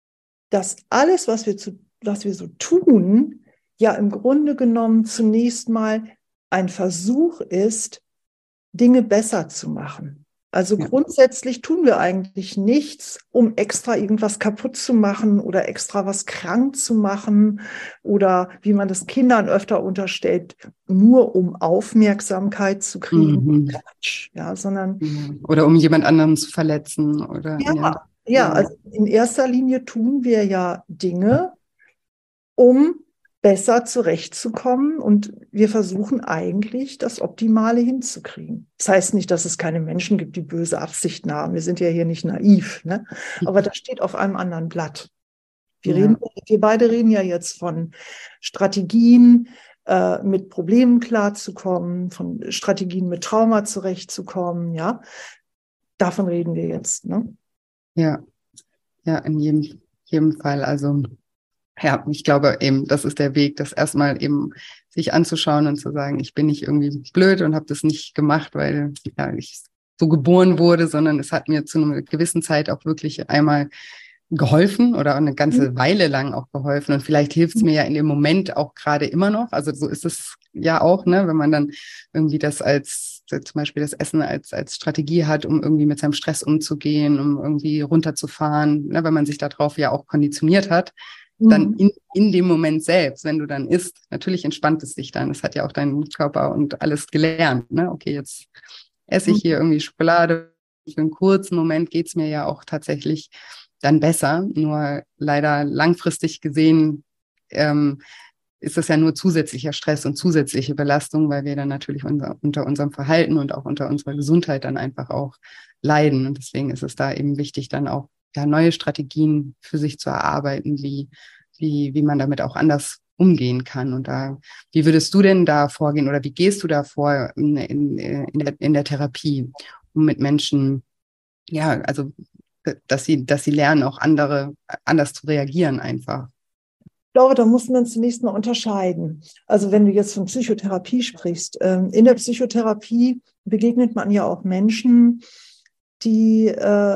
dass alles, was wir so tun, ja im Grunde genommen zunächst mal ein Versuch ist, Dinge besser zu machen. Also grundsätzlich tun wir eigentlich nichts, um extra irgendwas kaputt zu machen oder extra was krank zu machen oder, wie man das Kindern öfter unterstellt, nur um Aufmerksamkeit zu kriegen. Quatsch, ja, sondern oder um jemand anderen zu verletzen oder also in erster Linie tun wir ja Dinge, um besser zurechtzukommen, und wir versuchen eigentlich, das Optimale hinzukriegen. Das heißt nicht, dass es keine Menschen gibt, die böse Absichten haben. Wir sind ja hier nicht naiv, ne? Aber das steht auf einem anderen Blatt. Wir beide reden ja jetzt von Strategien, mit Problemen klarzukommen, von Strategien mit Trauma zurechtzukommen, ja. Davon reden wir jetzt, ne? Ja, in jedem Fall. Also ja, ich glaube eben, das ist der Weg, das erstmal eben sich anzuschauen und zu sagen, ich bin nicht irgendwie blöd und habe das nicht gemacht, weil ich so geboren wurde, sondern es hat mir zu einer gewissen Zeit auch wirklich einmal geholfen oder eine ganze Weile lang auch geholfen. Und vielleicht hilft es mir ja in dem Moment auch gerade immer noch. Also so ist es ja auch, ne, wenn man dann irgendwie das zum Beispiel das Essen als Strategie hat, um irgendwie mit seinem Stress umzugehen, um irgendwie runterzufahren, ne, wenn man sich darauf ja auch konditioniert hat, dann in dem Moment selbst, wenn du dann isst, natürlich entspannt es dich dann. Das hat ja auch dein Körper und alles gelernt, ne? Okay, jetzt esse ich hier irgendwie Schokolade. Für einen kurzen Moment geht es mir ja auch tatsächlich dann besser. Nur leider langfristig gesehen ist das ja nur zusätzlicher Stress und zusätzliche Belastung, weil wir dann natürlich unter unserem Verhalten und auch unter unserer Gesundheit dann einfach auch leiden. Und deswegen ist es da eben wichtig, dann auch neue Strategien für sich zu erarbeiten, wie man damit auch anders umgehen kann. Und wie würdest du denn da vorgehen oder wie gehst du da vor in der Therapie, um mit Menschen, also dass sie lernen, auch anders zu reagieren einfach? Ich glaube, da muss man zunächst mal unterscheiden. Also wenn du jetzt von Psychotherapie sprichst, in der Psychotherapie begegnet man ja auch Menschen, die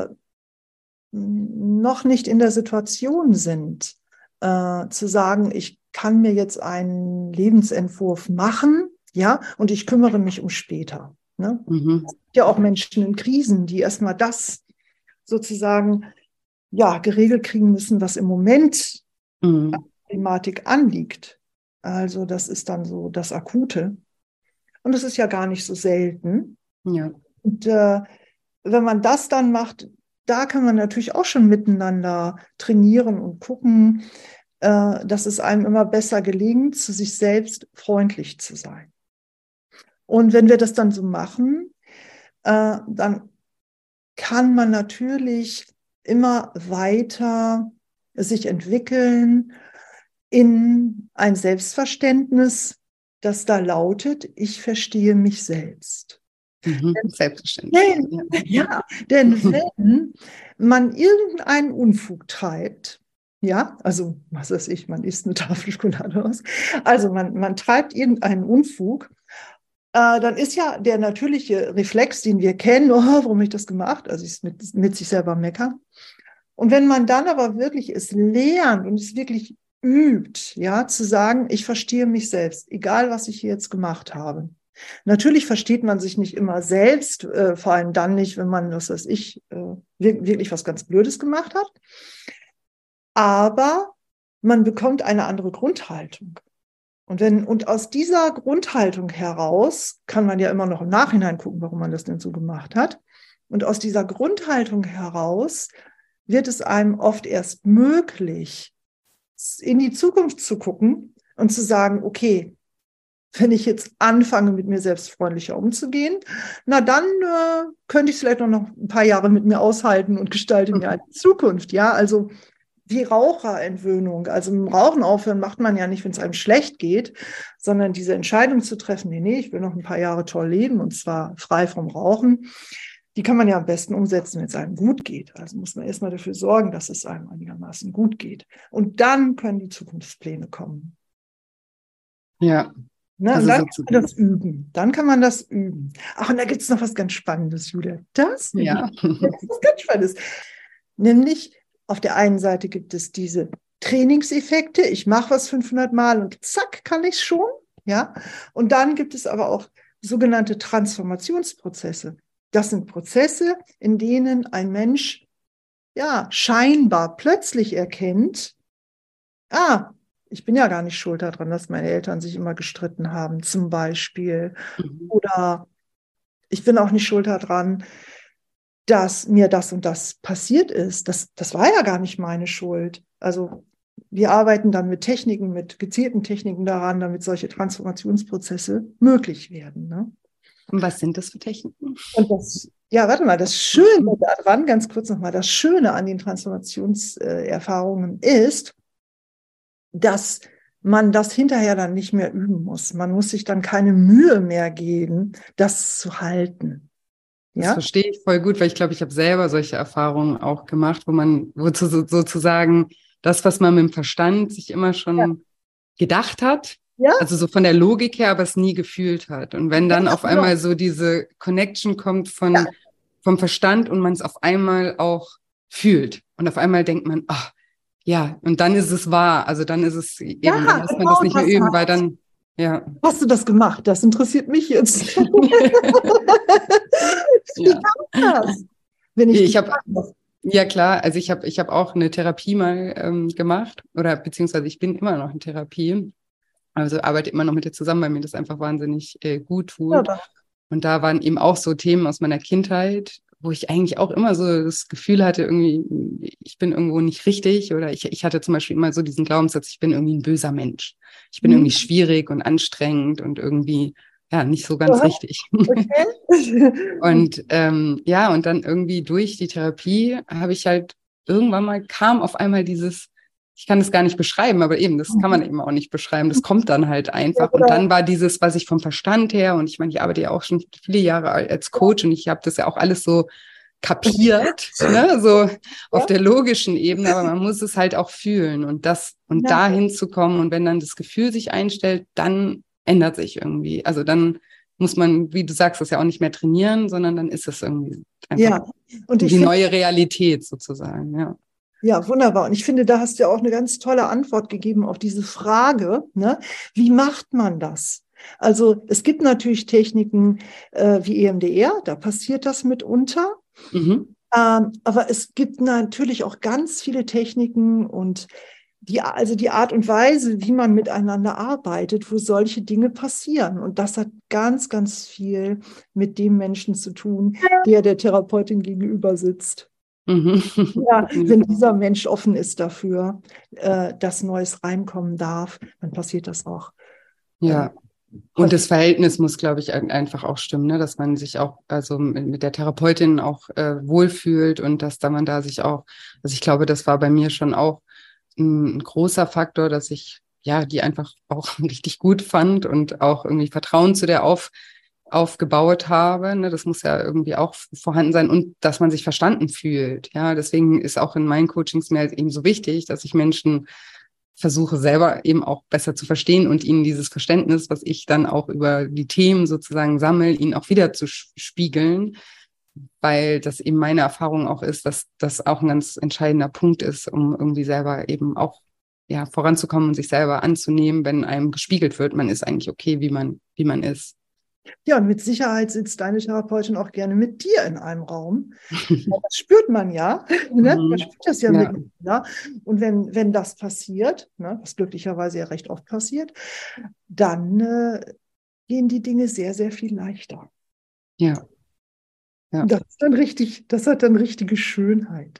noch nicht in der Situation sind, zu sagen, ich kann mir jetzt einen Lebensentwurf machen, ja, und ich kümmere mich um später. Ne? Es gibt ja auch Menschen in Krisen, die erstmal das sozusagen geregelt kriegen müssen, was im Moment als Thematik anliegt. Also das ist dann so das Akute. Und das ist ja gar nicht so selten. Ja. Und wenn man das dann macht, da kann man natürlich auch schon miteinander trainieren und gucken, dass es einem immer besser gelingt, zu sich selbst freundlich zu sein. Und wenn wir das dann so machen, dann kann man natürlich immer weiter sich entwickeln in ein Selbstverständnis, das da lautet, ich verstehe mich selbst. Selbstverständlich. Denn wenn man irgendeinen Unfug treibt, ja, also was weiß ich, man isst eine Tafel Schokolade aus, also man treibt irgendeinen Unfug, dann ist ja der natürliche Reflex, den wir kennen, warum habe ich das gemacht? Also ich mit sich selber meckern. Und wenn man dann aber wirklich es lernt und es wirklich übt, ja, zu sagen, ich verstehe mich selbst, egal was ich hier jetzt gemacht habe. Natürlich versteht man sich nicht immer selbst, vor allem dann nicht, wenn man, was weiß ich, wirklich was ganz Blödes gemacht hat. Aber man bekommt eine andere Grundhaltung. Und aus dieser Grundhaltung heraus kann man ja immer noch im Nachhinein gucken, warum man das denn so gemacht hat. Und aus dieser Grundhaltung heraus wird es einem oft erst möglich, in die Zukunft zu gucken und zu sagen, okay, wenn ich jetzt anfange, mit mir selbst freundlicher umzugehen, na dann könnte ich es vielleicht noch ein paar Jahre mit mir aushalten und gestalte mir eine Zukunft. Ja, also die Raucherentwöhnung, also mit dem Rauchen aufhören macht man ja nicht, wenn es einem schlecht geht, sondern diese Entscheidung zu treffen, nee, ich will noch ein paar Jahre toll leben und zwar frei vom Rauchen, die kann man ja am besten umsetzen, wenn es einem gut geht. Also muss man erstmal dafür sorgen, dass es einem einigermaßen gut geht. Und dann können die Zukunftspläne kommen. Ja. Na, und dann kann man das üben. Dann kann man das üben. Ach, und da gibt es noch was ganz Spannendes, Julia. Das ist was ganz Spannendes. Nämlich, auf der einen Seite gibt es diese Trainingseffekte. Ich mache was 500 Mal und zack, kann ich es schon. Ja? Und dann gibt es aber auch sogenannte Transformationsprozesse. Das sind Prozesse, in denen ein Mensch ja scheinbar plötzlich erkennt, ich bin ja gar nicht schuld daran, dass meine Eltern sich immer gestritten haben, zum Beispiel. Oder ich bin auch nicht schuld daran, dass mir das und das passiert ist. Das war ja gar nicht meine Schuld. Also wir arbeiten dann mit Techniken, mit gezielten Techniken daran, damit solche Transformationsprozesse möglich werden. Ne? Und was sind das für Techniken? Und das Schöne daran, ganz kurz nochmal, das Schöne an den Transformationserfahrungen ist, dass man das hinterher dann nicht mehr üben muss. Man muss sich dann keine Mühe mehr geben, das zu halten. Das Ja? verstehe ich voll gut, weil ich glaube, ich habe selber solche Erfahrungen auch gemacht, wozu sozusagen das, was man mit dem Verstand sich immer schon gedacht hat, Ja? also so von der Logik her, aber es nie gefühlt hat. Und wenn dann Ja, auf einmal so diese Connection kommt vom Verstand und man es auf einmal auch fühlt und auf einmal denkt man, ach, ja, und dann ist es wahr. Also dann ist es eben, dann muss man das nicht mehr üben, weil dann, ja. Hast du das gemacht? Das interessiert mich jetzt. Wie Ja. kam das? Wenn ich Ja klar, also ich hab auch eine Therapie mal gemacht oder beziehungsweise ich bin immer noch in Therapie, also arbeite immer noch mit ihr zusammen, weil mir das einfach wahnsinnig gut tut. ja, Und da waren eben auch so Themen aus meiner Kindheit, wo ich eigentlich auch immer so das Gefühl hatte, irgendwie, ich bin irgendwo nicht richtig oder ich hatte zum Beispiel immer so diesen Glaubenssatz, ich bin irgendwie ein böser Mensch. Ich bin irgendwie schwierig und anstrengend und irgendwie, ja, nicht so ganz richtig. okay. Und und dann irgendwie durch die Therapie habe ich halt irgendwann mal kam auf einmal dieses, ich kann das gar nicht beschreiben, aber eben, das kann man eben auch nicht beschreiben, das kommt dann halt einfach. Und dann war dieses, was ich vom Verstand her, und ich meine, ich arbeite ja auch schon viele Jahre als Coach und ich habe das ja auch alles so kapiert, ne, so auf der logischen Ebene, aber man muss es halt auch fühlen und da hinzukommen und wenn dann das Gefühl sich einstellt, dann ändert sich irgendwie. Also dann muss man, wie du sagst, das ja auch nicht mehr trainieren, sondern dann ist es irgendwie einfach und die neue Realität sozusagen, ja. Ja, wunderbar. Und ich finde, da hast du ja auch eine ganz tolle Antwort gegeben auf diese Frage, ne? Wie macht man das? Also es gibt natürlich Techniken wie EMDR, da passiert das mitunter. Aber es gibt natürlich auch ganz viele Techniken und die Art und Weise, wie man miteinander arbeitet, wo solche Dinge passieren. Und das hat ganz, ganz viel mit dem Menschen zu tun, der Therapeutin gegenüber sitzt. Ja, wenn dieser Mensch offen ist dafür, dass Neues reinkommen darf, dann passiert das auch. Ja. Und das Verhältnis muss, glaube ich, einfach auch stimmen, ne? Dass man sich auch, also mit der Therapeutin auch wohlfühlt und dass da man da sich auch, also ich glaube, das war bei mir schon auch ein großer Faktor, dass ich ja die einfach auch richtig gut fand und auch irgendwie Vertrauen zu der aufgebaut habe. Ne? Das muss ja irgendwie auch vorhanden sein und dass man sich verstanden fühlt. Ja, deswegen ist auch in meinen Coachings mir halt eben so wichtig, dass ich Menschen versuche selber eben auch besser zu verstehen und ihnen dieses Verständnis, was ich dann auch über die Themen sozusagen sammle, ihnen auch wieder zu spiegeln, weil das eben meine Erfahrung auch ist, dass das auch ein ganz entscheidender Punkt ist, um irgendwie selber eben auch ja voranzukommen und sich selber anzunehmen, wenn einem gespiegelt wird, man ist eigentlich okay, wie man ist. Ja, und mit Sicherheit sitzt deine Therapeutin auch gerne mit dir in einem Raum. Das spürt man ja. Ne? Man spürt das ja miteinander. Und wenn das passiert, ne, was glücklicherweise ja recht oft passiert, dann gehen die Dinge sehr, sehr viel leichter. Ja. Ja. Das hat dann richtige Schönheit.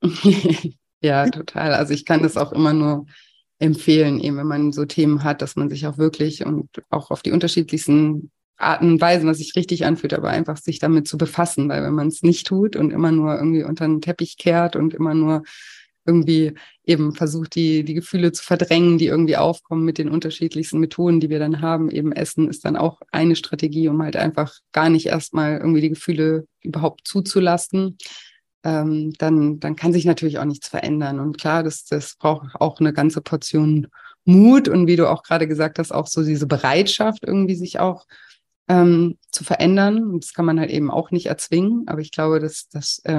Ja, total. Also ich kann das auch immer nur empfehlen, eben wenn man so Themen hat, dass man sich auch wirklich und auch auf die unterschiedlichsten Arten und Weisen, was sich richtig anfühlt, aber einfach sich damit zu befassen, weil wenn man es nicht tut und immer nur irgendwie unter den Teppich kehrt und immer nur irgendwie eben versucht, die Gefühle zu verdrängen, die irgendwie aufkommen mit den unterschiedlichsten Methoden, die wir dann haben. Eben Essen ist dann auch eine Strategie, um halt einfach gar nicht erstmal irgendwie die Gefühle überhaupt zuzulassen. Dann kann sich natürlich auch nichts verändern. Und klar, das braucht auch eine ganze Portion Mut und wie du auch gerade gesagt hast, auch so diese Bereitschaft irgendwie sich auch zu verändern. Und das kann man halt eben auch nicht erzwingen. Aber ich glaube, dass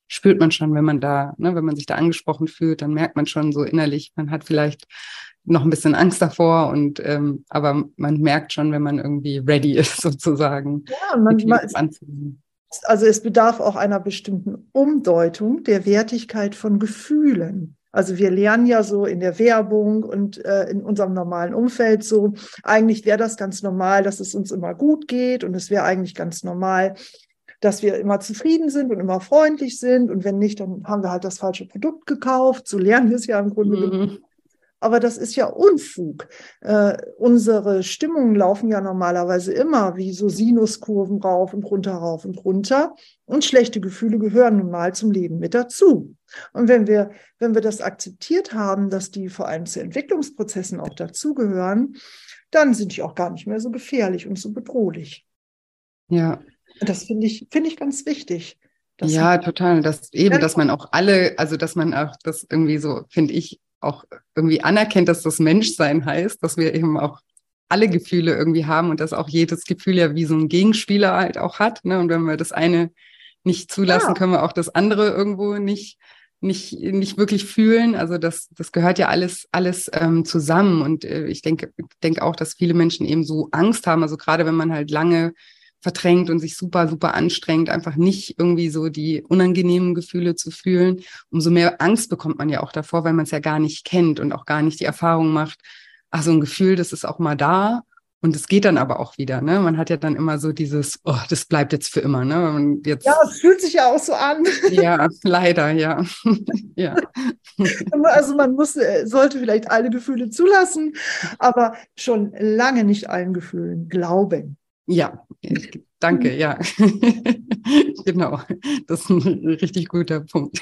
spürt man schon, wenn man da, ne, wenn man sich da angesprochen fühlt, dann merkt man schon so innerlich, man hat vielleicht noch ein bisschen Angst davor und aber man merkt schon, wenn man irgendwie ready ist, sozusagen, Ja, die Themen anzunehmen. also es bedarf auch einer bestimmten Umdeutung der Wertigkeit von Gefühlen. Also wir lernen ja so in der Werbung und in unserem normalen Umfeld so, eigentlich wäre das ganz normal, dass es uns immer gut geht und es wäre eigentlich ganz normal, dass wir immer zufrieden sind und immer freundlich sind und wenn nicht, dann haben wir halt das falsche Produkt gekauft. So lernen wir es ja im Grunde genommen. Mhm. Aber das ist ja Unfug. Unsere Stimmungen laufen ja normalerweise immer wie so Sinuskurven rauf und runter, rauf und runter. Und schlechte Gefühle gehören nun mal zum Leben mit dazu. Und wenn wir das akzeptiert haben, dass die vor allem zu Entwicklungsprozessen auch dazugehören, dann sind die auch gar nicht mehr so gefährlich und so bedrohlich. Ja. Und das finde ich ganz wichtig. Ja, total. Dass man auch also dass man auch das irgendwie so, finde ich, auch irgendwie anerkennt, dass das Menschsein heißt, dass wir eben auch alle Gefühle irgendwie haben und dass auch jedes Gefühl ja wie so ein Gegenspieler halt auch hat. Ne? Und wenn wir das eine nicht zulassen, können wir auch das andere irgendwo nicht wirklich fühlen. Also das gehört ja alles zusammen. Und ich denke auch, dass viele Menschen eben so Angst haben. Also gerade wenn man halt lange verdrängt und sich super, super anstrengt, einfach nicht irgendwie so die unangenehmen Gefühle zu fühlen, umso mehr Angst bekommt man ja auch davor, weil man es ja gar nicht kennt und auch gar nicht die Erfahrung macht, ach, so ein Gefühl, das ist auch mal da und es geht dann aber auch wieder, ne? Man hat ja dann immer so dieses, oh, das bleibt jetzt für immer, ne? Und jetzt, Ja, es fühlt sich ja auch so an. ja, leider, ja. Ja. Also sollte vielleicht alle Gefühle zulassen, aber schon lange nicht allen Gefühlen glauben. Ja, danke, ja. Genau, das ist ein richtig guter Punkt.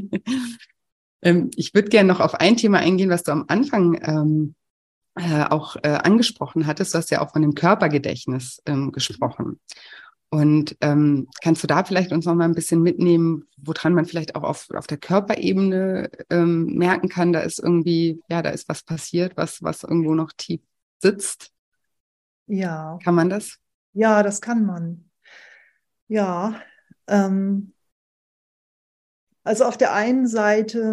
Ich würde gerne noch auf ein Thema eingehen, was du am Anfang auch angesprochen hattest. Du hast ja auch von dem Körpergedächtnis gesprochen. Und kannst du da vielleicht uns noch mal ein bisschen mitnehmen, woran man vielleicht auch auf der Körperebene merken kann, da ist irgendwie, ja, da ist was passiert, was irgendwo noch tief sitzt? Ja, Kann man das? ja, das kann man. Ja, also auf der einen Seite,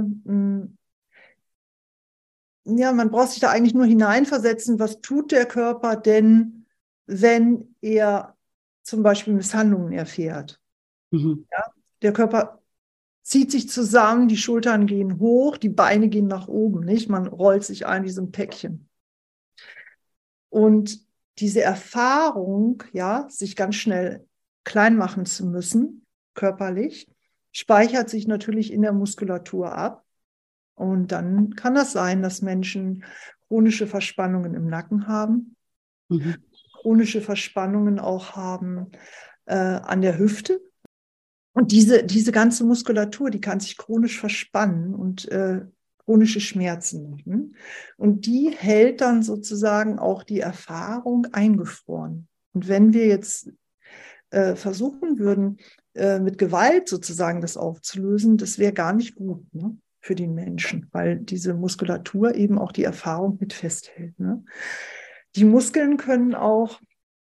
ja, man braucht sich da eigentlich nur hineinversetzen, was tut der Körper denn, wenn er zum Beispiel Misshandlungen erfährt. Mhm. Ja? Der Körper zieht sich zusammen, die Schultern gehen hoch, die Beine gehen nach oben, nicht? Man rollt sich ein wie so ein Päckchen. Und diese Erfahrung, ja, sich ganz schnell klein machen zu müssen, körperlich, speichert sich natürlich in der Muskulatur ab. Und dann kann das sein, dass Menschen chronische Verspannungen im Nacken haben, Mhm. chronische Verspannungen auch haben an der Hüfte. Und diese ganze Muskulatur, die kann sich chronisch verspannen und chronische Schmerzen machen. Und die hält dann sozusagen auch die Erfahrung eingefroren. Und wenn wir jetzt versuchen würden, mit Gewalt sozusagen das aufzulösen, das wäre gar nicht gut, ne, für den Menschen, weil diese Muskulatur eben auch die Erfahrung mit festhält. Ne? Die Muskeln können auch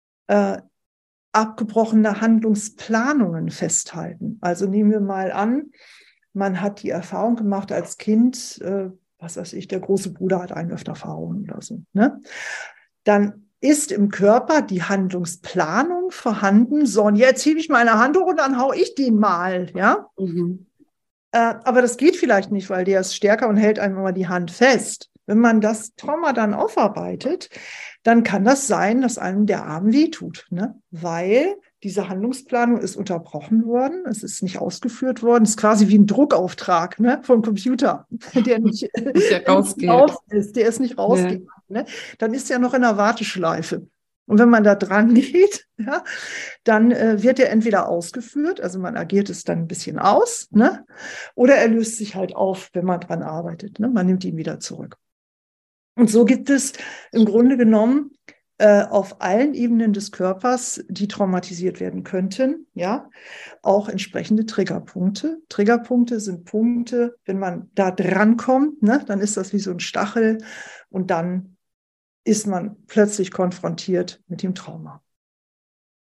abgebrochene Handlungsplanungen festhalten. Also nehmen wir mal an, man hat die Erfahrung gemacht als Kind, was weiß ich, der große Bruder hat Einwürferfahrungen oder so. Ne? Dann ist im Körper die Handlungsplanung vorhanden. So, und jetzt hebe ich meine Hand hoch und dann hau ich den mal. Ja? Mhm. Aber das geht vielleicht nicht, weil der ist stärker und hält einem immer die Hand fest. Wenn man das Trauma dann aufarbeitet, dann kann das sein, dass einem der Arm wehtut, ne? Weil diese Handlungsplanung ist unterbrochen worden, es ist nicht ausgeführt worden, es ist quasi wie ein Druckauftrag, ne, vom Computer, der nicht, Der rausgeht. der ist nicht Ja. rausgegangen. Ne? Dann ist er noch in der Warteschleife. Und wenn man da dran geht, ja, dann wird er entweder ausgeführt, also man agiert es dann ein bisschen aus, ne? Oder er löst sich halt auf, wenn man dran arbeitet. Ne? Man nimmt ihn wieder zurück. Und so gibt es im Grunde genommen auf allen Ebenen des Körpers, die traumatisiert werden könnten, ja, auch entsprechende Triggerpunkte. Triggerpunkte sind Punkte, wenn man da drankommt, ne, dann ist das wie so ein Stachel und dann ist man plötzlich konfrontiert mit dem Trauma.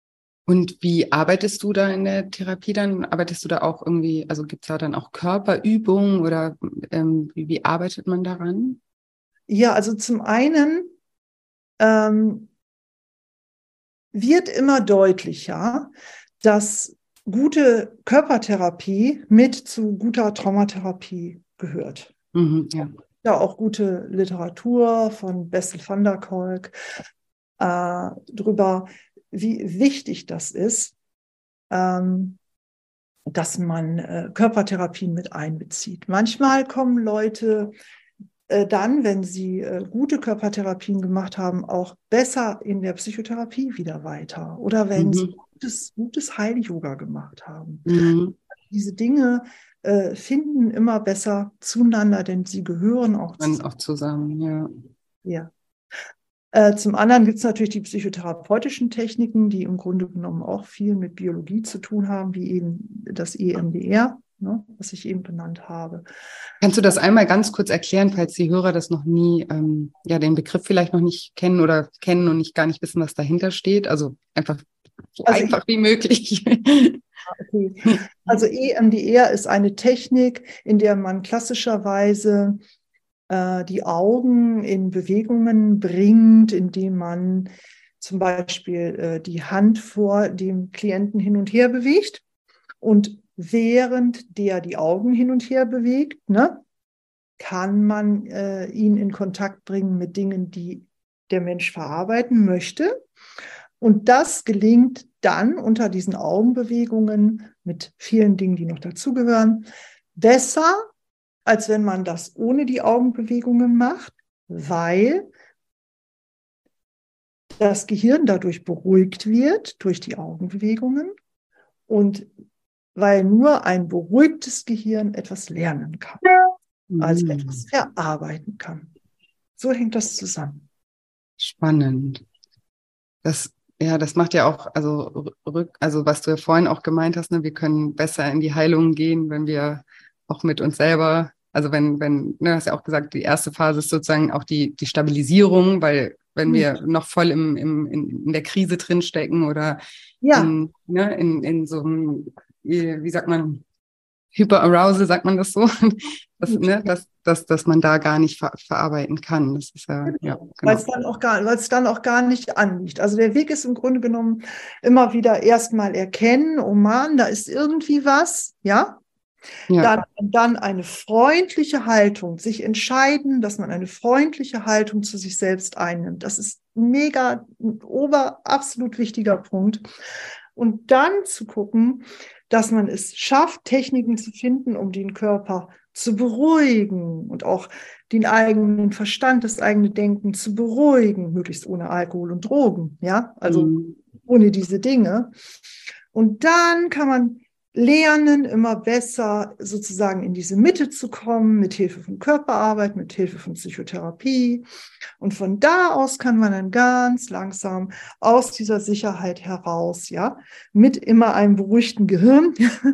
Und wie arbeitest du da in der Therapie dann? Arbeitest du da auch irgendwie, also gibt es da dann auch Körperübungen oder wie arbeitet man daran? Ja, also zum einen ähm, wird immer deutlicher, dass gute Körpertherapie mit zu guter Traumatherapie gehört. Mhm, ja. Ja, auch gute Literatur von Bessel van der Kolk drüber, wie wichtig das ist, ähm, dass man Körpertherapien mit einbezieht. Manchmal kommen Leute dann, wenn sie gute Körpertherapien gemacht haben, auch besser in der Psychotherapie wieder weiter. Oder wenn sie Mhm. gutes Heil-Yoga gemacht haben. Mhm. Diese Dinge finden immer besser zueinander, denn sie gehören auch Dann zusammen. auch zusammen, ja. Ja. Zum anderen gibt es natürlich die psychotherapeutischen Techniken, die im Grunde genommen auch viel mit Biologie zu tun haben, wie eben das EMDR, ne, was ich eben benannt habe. Kannst du das einmal ganz kurz erklären, falls die Hörer das noch nie, ja, den Begriff vielleicht noch nicht kennen oder kennen und nicht gar nicht wissen, was dahinter steht? Also einfach so Also, einfach wie möglich. okay. Also EMDR ist eine Technik, in der man klassischerweise die Augen in Bewegungen bringt, indem man zum Beispiel die Hand vor dem Klienten hin und her bewegt. Und während der die Augen hin und her bewegt, ne, kann man ihn in Kontakt bringen mit Dingen, die der Mensch verarbeiten möchte. Und das gelingt dann unter diesen Augenbewegungen mit vielen Dingen, die noch dazugehören, besser, als wenn man das ohne die Augenbewegungen macht, weil das Gehirn dadurch beruhigt wird durch die Augenbewegungen und weil nur ein beruhigtes Gehirn etwas lernen kann, also etwas Mhm. verarbeiten kann. So hängt das zusammen. Spannend. Das, ja, das macht ja auch, also was du ja vorhin auch gemeint hast, ne, wir können besser in die Heilung gehen, wenn wir auch mit uns selber, also ne, du hast ja auch gesagt, die erste Phase ist sozusagen auch die Stabilisierung, weil wenn wir noch voll in der Krise drinstecken oder Ja, in so einem, wie sagt man, Hyperarousal, sagt man das so, gut. dass man da gar nicht verarbeiten kann. Das ist ja, Genau. genau. Weil es dann auch gar nicht anliegt. Also der Weg ist im Grunde genommen immer wieder erstmal erkennen, oh Mann, da ist irgendwie was, ja. Ja. Dann eine freundliche Haltung, sich entscheiden, dass man eine freundliche Haltung zu sich selbst einnimmt. Das ist mega, absolut wichtiger Punkt. Und dann zu gucken, dass man es schafft, Techniken zu finden, um den Körper zu beruhigen und auch den eigenen Verstand, das eigene Denken zu beruhigen, möglichst ohne Alkohol und Drogen, ja, also Mhm. ohne diese Dinge. Und dann kann man lernen, immer besser sozusagen in diese Mitte zu kommen, mit Hilfe von Körperarbeit, mit Hilfe von Psychotherapie. Und von da aus kann man dann ganz langsam aus dieser Sicherheit heraus, ja, mit immer einem beruhigten Gehirn,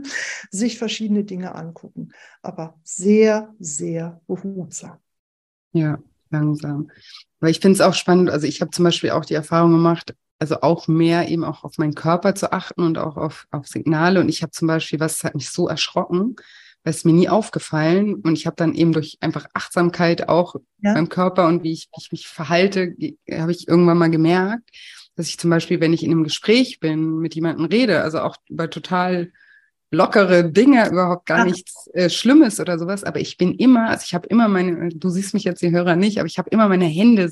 sich verschiedene Dinge angucken. Aber sehr, sehr behutsam. Ja, langsam. Aber ich finde es auch spannend, also ich habe zum Beispiel auch die Erfahrung gemacht, also auch mehr eben auch auf meinen Körper zu achten und auch auf Signale. Und ich habe zum Beispiel, was hat mich so erschrocken, weil es mir nie aufgefallen. Und ich habe dann eben durch einfach Achtsamkeit auch Ja, beim Körper und wie ich mich verhalte, habe ich irgendwann mal gemerkt, dass ich zum Beispiel, wenn ich in einem Gespräch bin, mit jemandem rede, also auch über total lockere Dinge, überhaupt gar ja, nichts Schlimmes oder sowas. Aber ich bin immer, also ich habe immer du siehst mich jetzt, die Hörer nicht, aber ich habe immer meine Hände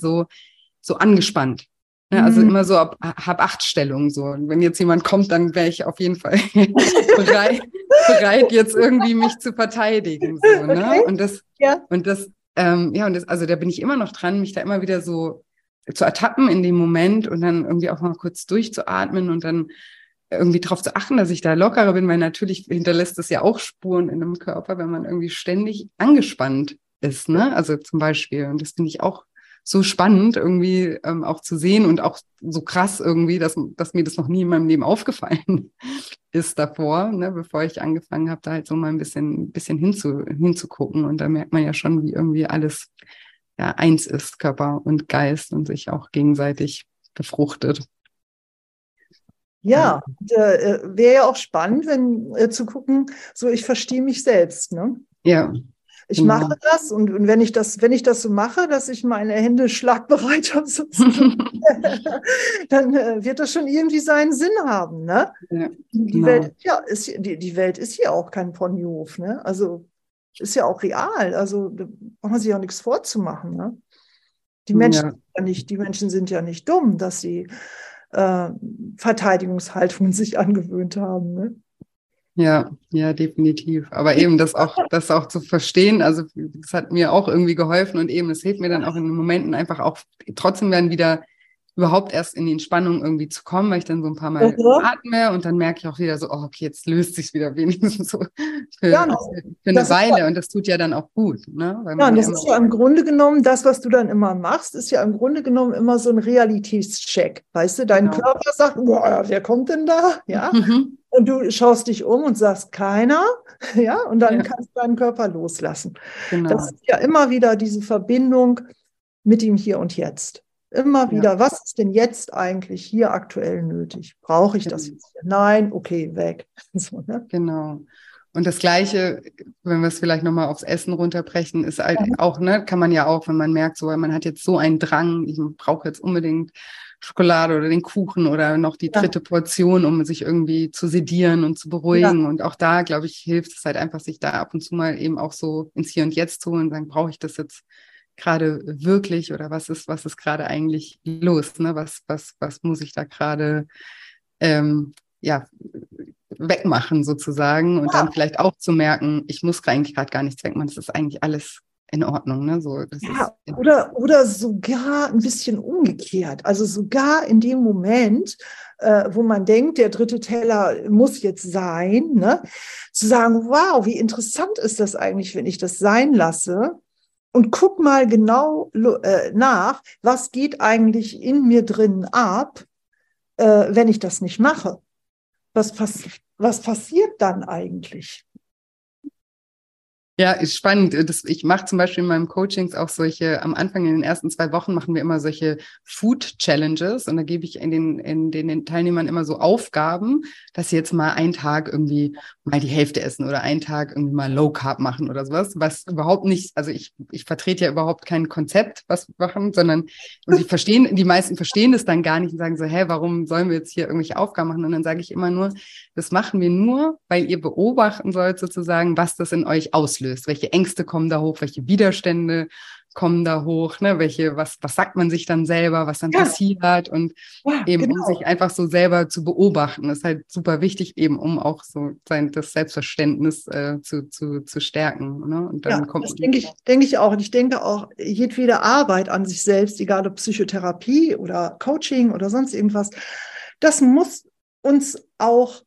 so angespannt. Ne? Also hm, immer so hab acht Stellung so. Und wenn jetzt jemand kommt, dann wäre ich auf jeden Fall bereit, bereit, jetzt irgendwie mich zu verteidigen. So, ne? okay, ja. Und das, ja, und das, also da bin ich immer noch dran, mich da immer wieder so zu ertappen in dem Moment und dann irgendwie auch mal kurz durchzuatmen und dann irgendwie darauf zu achten, dass ich da lockerer bin, weil natürlich hinterlässt es ja auch Spuren in einem Körper, wenn man irgendwie ständig angespannt ist, ne? Also zum Beispiel. Und das finde ich auch so spannend, irgendwie auch zu sehen und auch so krass irgendwie, dass mir das noch nie in meinem Leben aufgefallen ist davor, ne? Bevor ich angefangen habe, da halt so mal ein bisschen hinzugucken. Und da merkt man ja schon, wie irgendwie alles ja eins ist, Körper und Geist und sich auch gegenseitig befruchtet. Ja, wäre ja auch spannend, wenn zu gucken, so ich verstehe mich selbst, ne? Ja, Ich mache genau. das und wenn ich das so mache, dass ich meine Hände schlagbereit habe, sozusagen, dann wird das schon irgendwie seinen Sinn haben, ne? Ja, Die genau. Welt, ja, die Welt ist hier auch kein Ponyhof, ne? Also ist ja auch real. Also da braucht man sich auch nichts vorzumachen, ne? Ja. Die Menschen sind ja nicht dumm, dass sie äh, Verteidigungshaltungen sich angewöhnt haben, ne? Ja, ja, definitiv. Aber eben das auch zu verstehen, also das hat mir auch irgendwie geholfen und eben, es hilft mir dann auch in den Momenten einfach auch trotzdem dann wieder überhaupt erst in die Entspannung irgendwie zu kommen, weil ich dann so ein paar Mal Mhm. atme und dann merke ich auch wieder so, oh, okay, jetzt löst sich wieder wenigstens so Ja, für eine das ist Weile und das tut ja dann auch gut, ne? Weil Ja, man und ja das immer, ist ja im Grunde genommen, das, was du dann immer machst, ist ja im Grunde genommen immer so ein Realitätscheck. Weißt du, dein genau. Körper sagt, boah, wer kommt denn da? Ja. Mhm. Und du schaust dich um und sagst, keiner. Ja, und dann Ja, kannst du deinen Körper loslassen. Das genau. ist ja immer wieder diese Verbindung mit dem Hier und Jetzt. Immer Ja, wieder, was ist denn jetzt eigentlich hier aktuell nötig? Brauche ich das genau. jetzt hier? Nein, okay, weg. So, ne? Genau. Und das Gleiche, wenn wir es vielleicht nochmal aufs Essen runterbrechen, ist halt auch, ne, kann man ja auch, wenn man merkt, so, man hat jetzt so einen Drang, ich brauche jetzt unbedingt Schokolade oder den Kuchen oder noch die Ja, dritte Portion, um sich irgendwie zu sedieren und zu ja, beruhigen. Und auch da, glaube ich, hilft es halt einfach, sich da ab und zu mal eben auch so ins Hier und Jetzt zu holen und sagen, brauche ich das jetzt gerade wirklich oder was ist gerade eigentlich los, ne? Was muss ich da gerade ja, wegmachen sozusagen und dann vielleicht auch zu merken, ich muss eigentlich gerade gar nichts wegmachen, das ist eigentlich alles in Ordnung, ne? So, das ist ja, oder sogar ein bisschen umgekehrt. Also sogar in dem Moment, wo man denkt, der dritte Teller muss jetzt sein, ne? Zu sagen, wow, wie interessant ist das eigentlich, wenn ich das sein lasse? Und guck mal genau nach, was geht eigentlich in mir drin ab, wenn ich das nicht mache? Was passiert dann eigentlich? ja, ist spannend. Ich mache zum Beispiel in meinem Coachings auch solche, am Anfang in den ersten 2 Wochen machen wir immer solche Food Challenges und da gebe ich den Teilnehmern immer so Aufgaben, dass sie jetzt mal einen Tag irgendwie mal die Hälfte essen oder einen Tag irgendwie mal Low Carb machen oder sowas, was überhaupt nicht, also ich vertrete ja überhaupt kein Konzept, was wir machen, sondern, und die meisten verstehen das dann gar nicht und sagen so, hä, warum sollen wir jetzt hier irgendwelche Aufgaben machen? Und dann sage ich immer nur, das machen wir nur, weil ihr beobachten sollt sozusagen, was das in euch auslöst. Welche Ängste kommen da hoch, welche Widerstände kommen da hoch, ne? Was sagt man sich dann selber, was dann Ja, passiert und ja, eben, um sich genau. einfach so selber zu beobachten. Das ist halt super wichtig, eben, um auch so das Selbstverständnis zu stärken. Ne? Und dann Ja, kommt das man. denke ich auch. Und ich denke auch, jedwede Arbeit an sich selbst, egal ob Psychotherapie oder Coaching oder sonst irgendwas, das muss uns auch,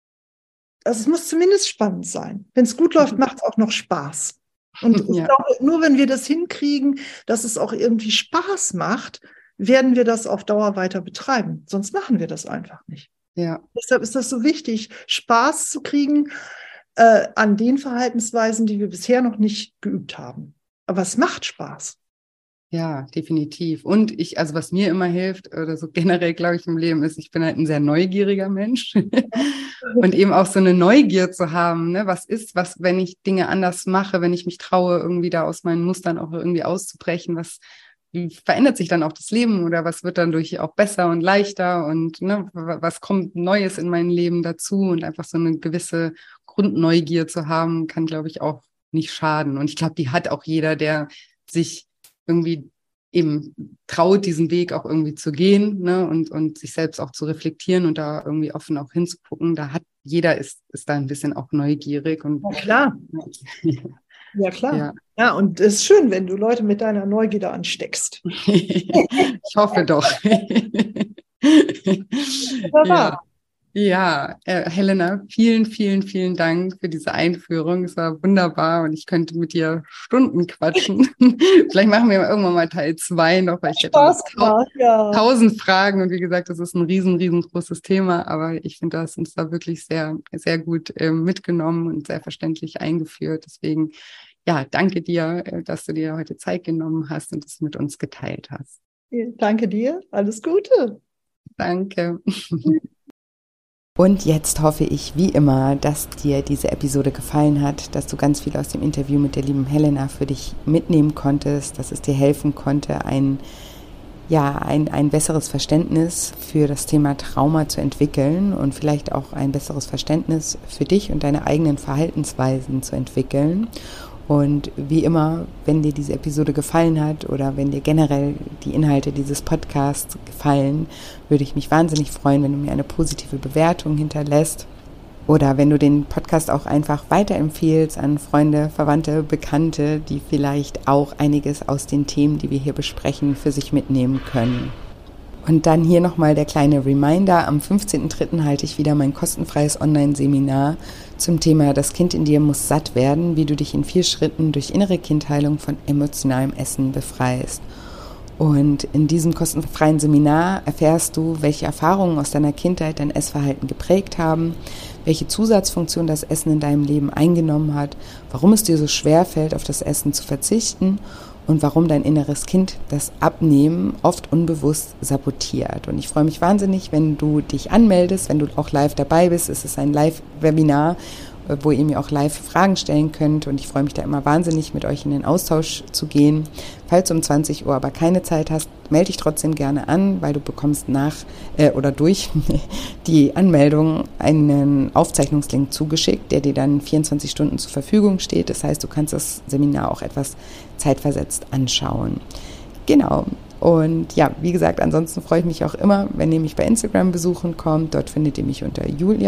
also es muss zumindest spannend sein. Wenn es gut läuft, macht es auch noch Spaß. Und ich Ja, glaube, nur wenn wir das hinkriegen, dass es auch irgendwie Spaß macht, werden wir das auf Dauer weiter betreiben. Sonst machen wir das einfach nicht. ja. Deshalb ist das so wichtig, Spaß zu kriegen an den Verhaltensweisen, die wir bisher noch nicht geübt haben. Aber es macht Spaß. Ja, definitiv. Und also was mir immer hilft, oder so generell, glaube ich, im Leben ist, ich bin halt ein sehr neugieriger Mensch. Und eben auch so eine Neugier zu haben, ne? Wenn ich Dinge anders mache, wenn ich mich traue, irgendwie da aus meinen Mustern auch irgendwie auszubrechen, wie verändert sich dann auch das Leben oder was wird dann durch auch besser und leichter und ne, was kommt Neues in mein Leben dazu und einfach so eine gewisse Grundneugier zu haben, kann, glaube ich, auch nicht schaden. Und ich glaube, die hat auch jeder, der sich irgendwie eben traut, diesen Weg auch irgendwie zu gehen, ne, und sich selbst auch zu reflektieren und da irgendwie offen auch hinzugucken. Jeder ist da ein bisschen auch neugierig und Ja, klar. Ja, klar. ja. Ja, und es ist schön, wenn du Leute mit deiner Neugierde ansteckst. Ich hoffe doch. Wunderbar. Ja. Ja, Helena, vielen, vielen, vielen Dank für diese Einführung. Es war wunderbar und ich könnte mit dir Stunden quatschen. Vielleicht machen wir irgendwann mal Teil 2 noch, weil ich hätte noch Spaß gemacht, ja. 1000 Fragen und wie gesagt, das ist ein riesengroßes Thema, aber ich finde, du hast uns da wirklich sehr, sehr gut mitgenommen und sehr verständlich eingeführt. Deswegen, ja, danke dir, dass du dir heute Zeit genommen hast und es mit uns geteilt hast. Danke dir. Alles Gute. Danke. Und jetzt hoffe ich, wie immer, dass dir diese Episode gefallen hat, dass du ganz viel aus dem Interview mit der lieben Helena für dich mitnehmen konntest, dass es dir helfen konnte, ein besseres Verständnis für das Thema Trauma zu entwickeln und vielleicht auch ein besseres Verständnis für dich und deine eigenen Verhaltensweisen zu entwickeln. Und wie immer, wenn dir diese Episode gefallen hat oder wenn dir generell die Inhalte dieses Podcasts gefallen, würde ich mich wahnsinnig freuen, wenn du mir eine positive Bewertung hinterlässt oder wenn du den Podcast auch einfach weiterempfehlst an Freunde, Verwandte, Bekannte, die vielleicht auch einiges aus den Themen, die wir hier besprechen, für sich mitnehmen können. Und dann hier nochmal der kleine Reminder, am 15.03. halte ich wieder mein kostenfreies Online-Seminar zum Thema Das Kind in dir muss satt werden, wie du dich in 4 Schritten durch innere Kindheilung von emotionalem Essen befreist. Und in diesem kostenfreien Seminar erfährst du, welche Erfahrungen aus deiner Kindheit dein Essverhalten geprägt haben, welche Zusatzfunktion das Essen in deinem Leben eingenommen hat, warum es dir so schwer fällt, auf das Essen zu verzichten und warum dein inneres Kind das Abnehmen oft unbewusst sabotiert. Und ich freue mich wahnsinnig, wenn du dich anmeldest, wenn du auch live dabei bist. Es ist ein Live-Webinar, wo ihr mir auch live Fragen stellen könnt. Und ich freue mich da immer wahnsinnig, mit euch in den Austausch zu gehen. Falls du um 20 Uhr aber keine Zeit hast, melde dich trotzdem gerne an, weil du bekommst durch die Anmeldung einen Aufzeichnungslink zugeschickt, der dir dann 24 Stunden zur Verfügung steht. Das heißt, du kannst das Seminar auch etwas zeitversetzt anschauen. Genau. Und ja, wie gesagt, ansonsten freue ich mich auch immer, wenn ihr mich bei Instagram besuchen kommt. Dort findet ihr mich unter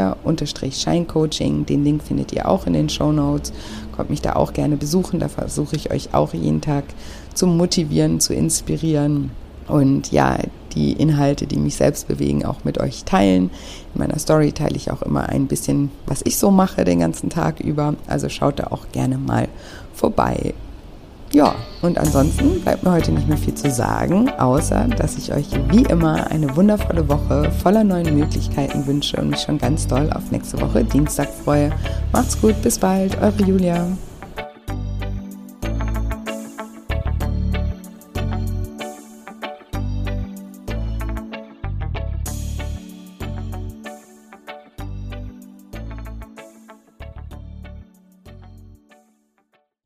Julia_Scheincoaching. Den Link findet ihr auch in den Shownotes. Kommt mich da auch gerne besuchen. Da versuche ich euch auch jeden Tag zu motivieren, zu inspirieren. Und ja, die Inhalte, die mich selbst bewegen, auch mit euch teilen. In meiner Story teile ich auch immer ein bisschen, was ich so mache den ganzen Tag über. Also schaut da auch gerne mal vorbei. Ja, und ansonsten bleibt mir heute nicht mehr viel zu sagen, außer dass ich euch wie immer eine wundervolle Woche voller neuen Möglichkeiten wünsche und mich schon ganz doll auf nächste Woche Dienstag freue. Macht's gut, bis bald, eure Julia.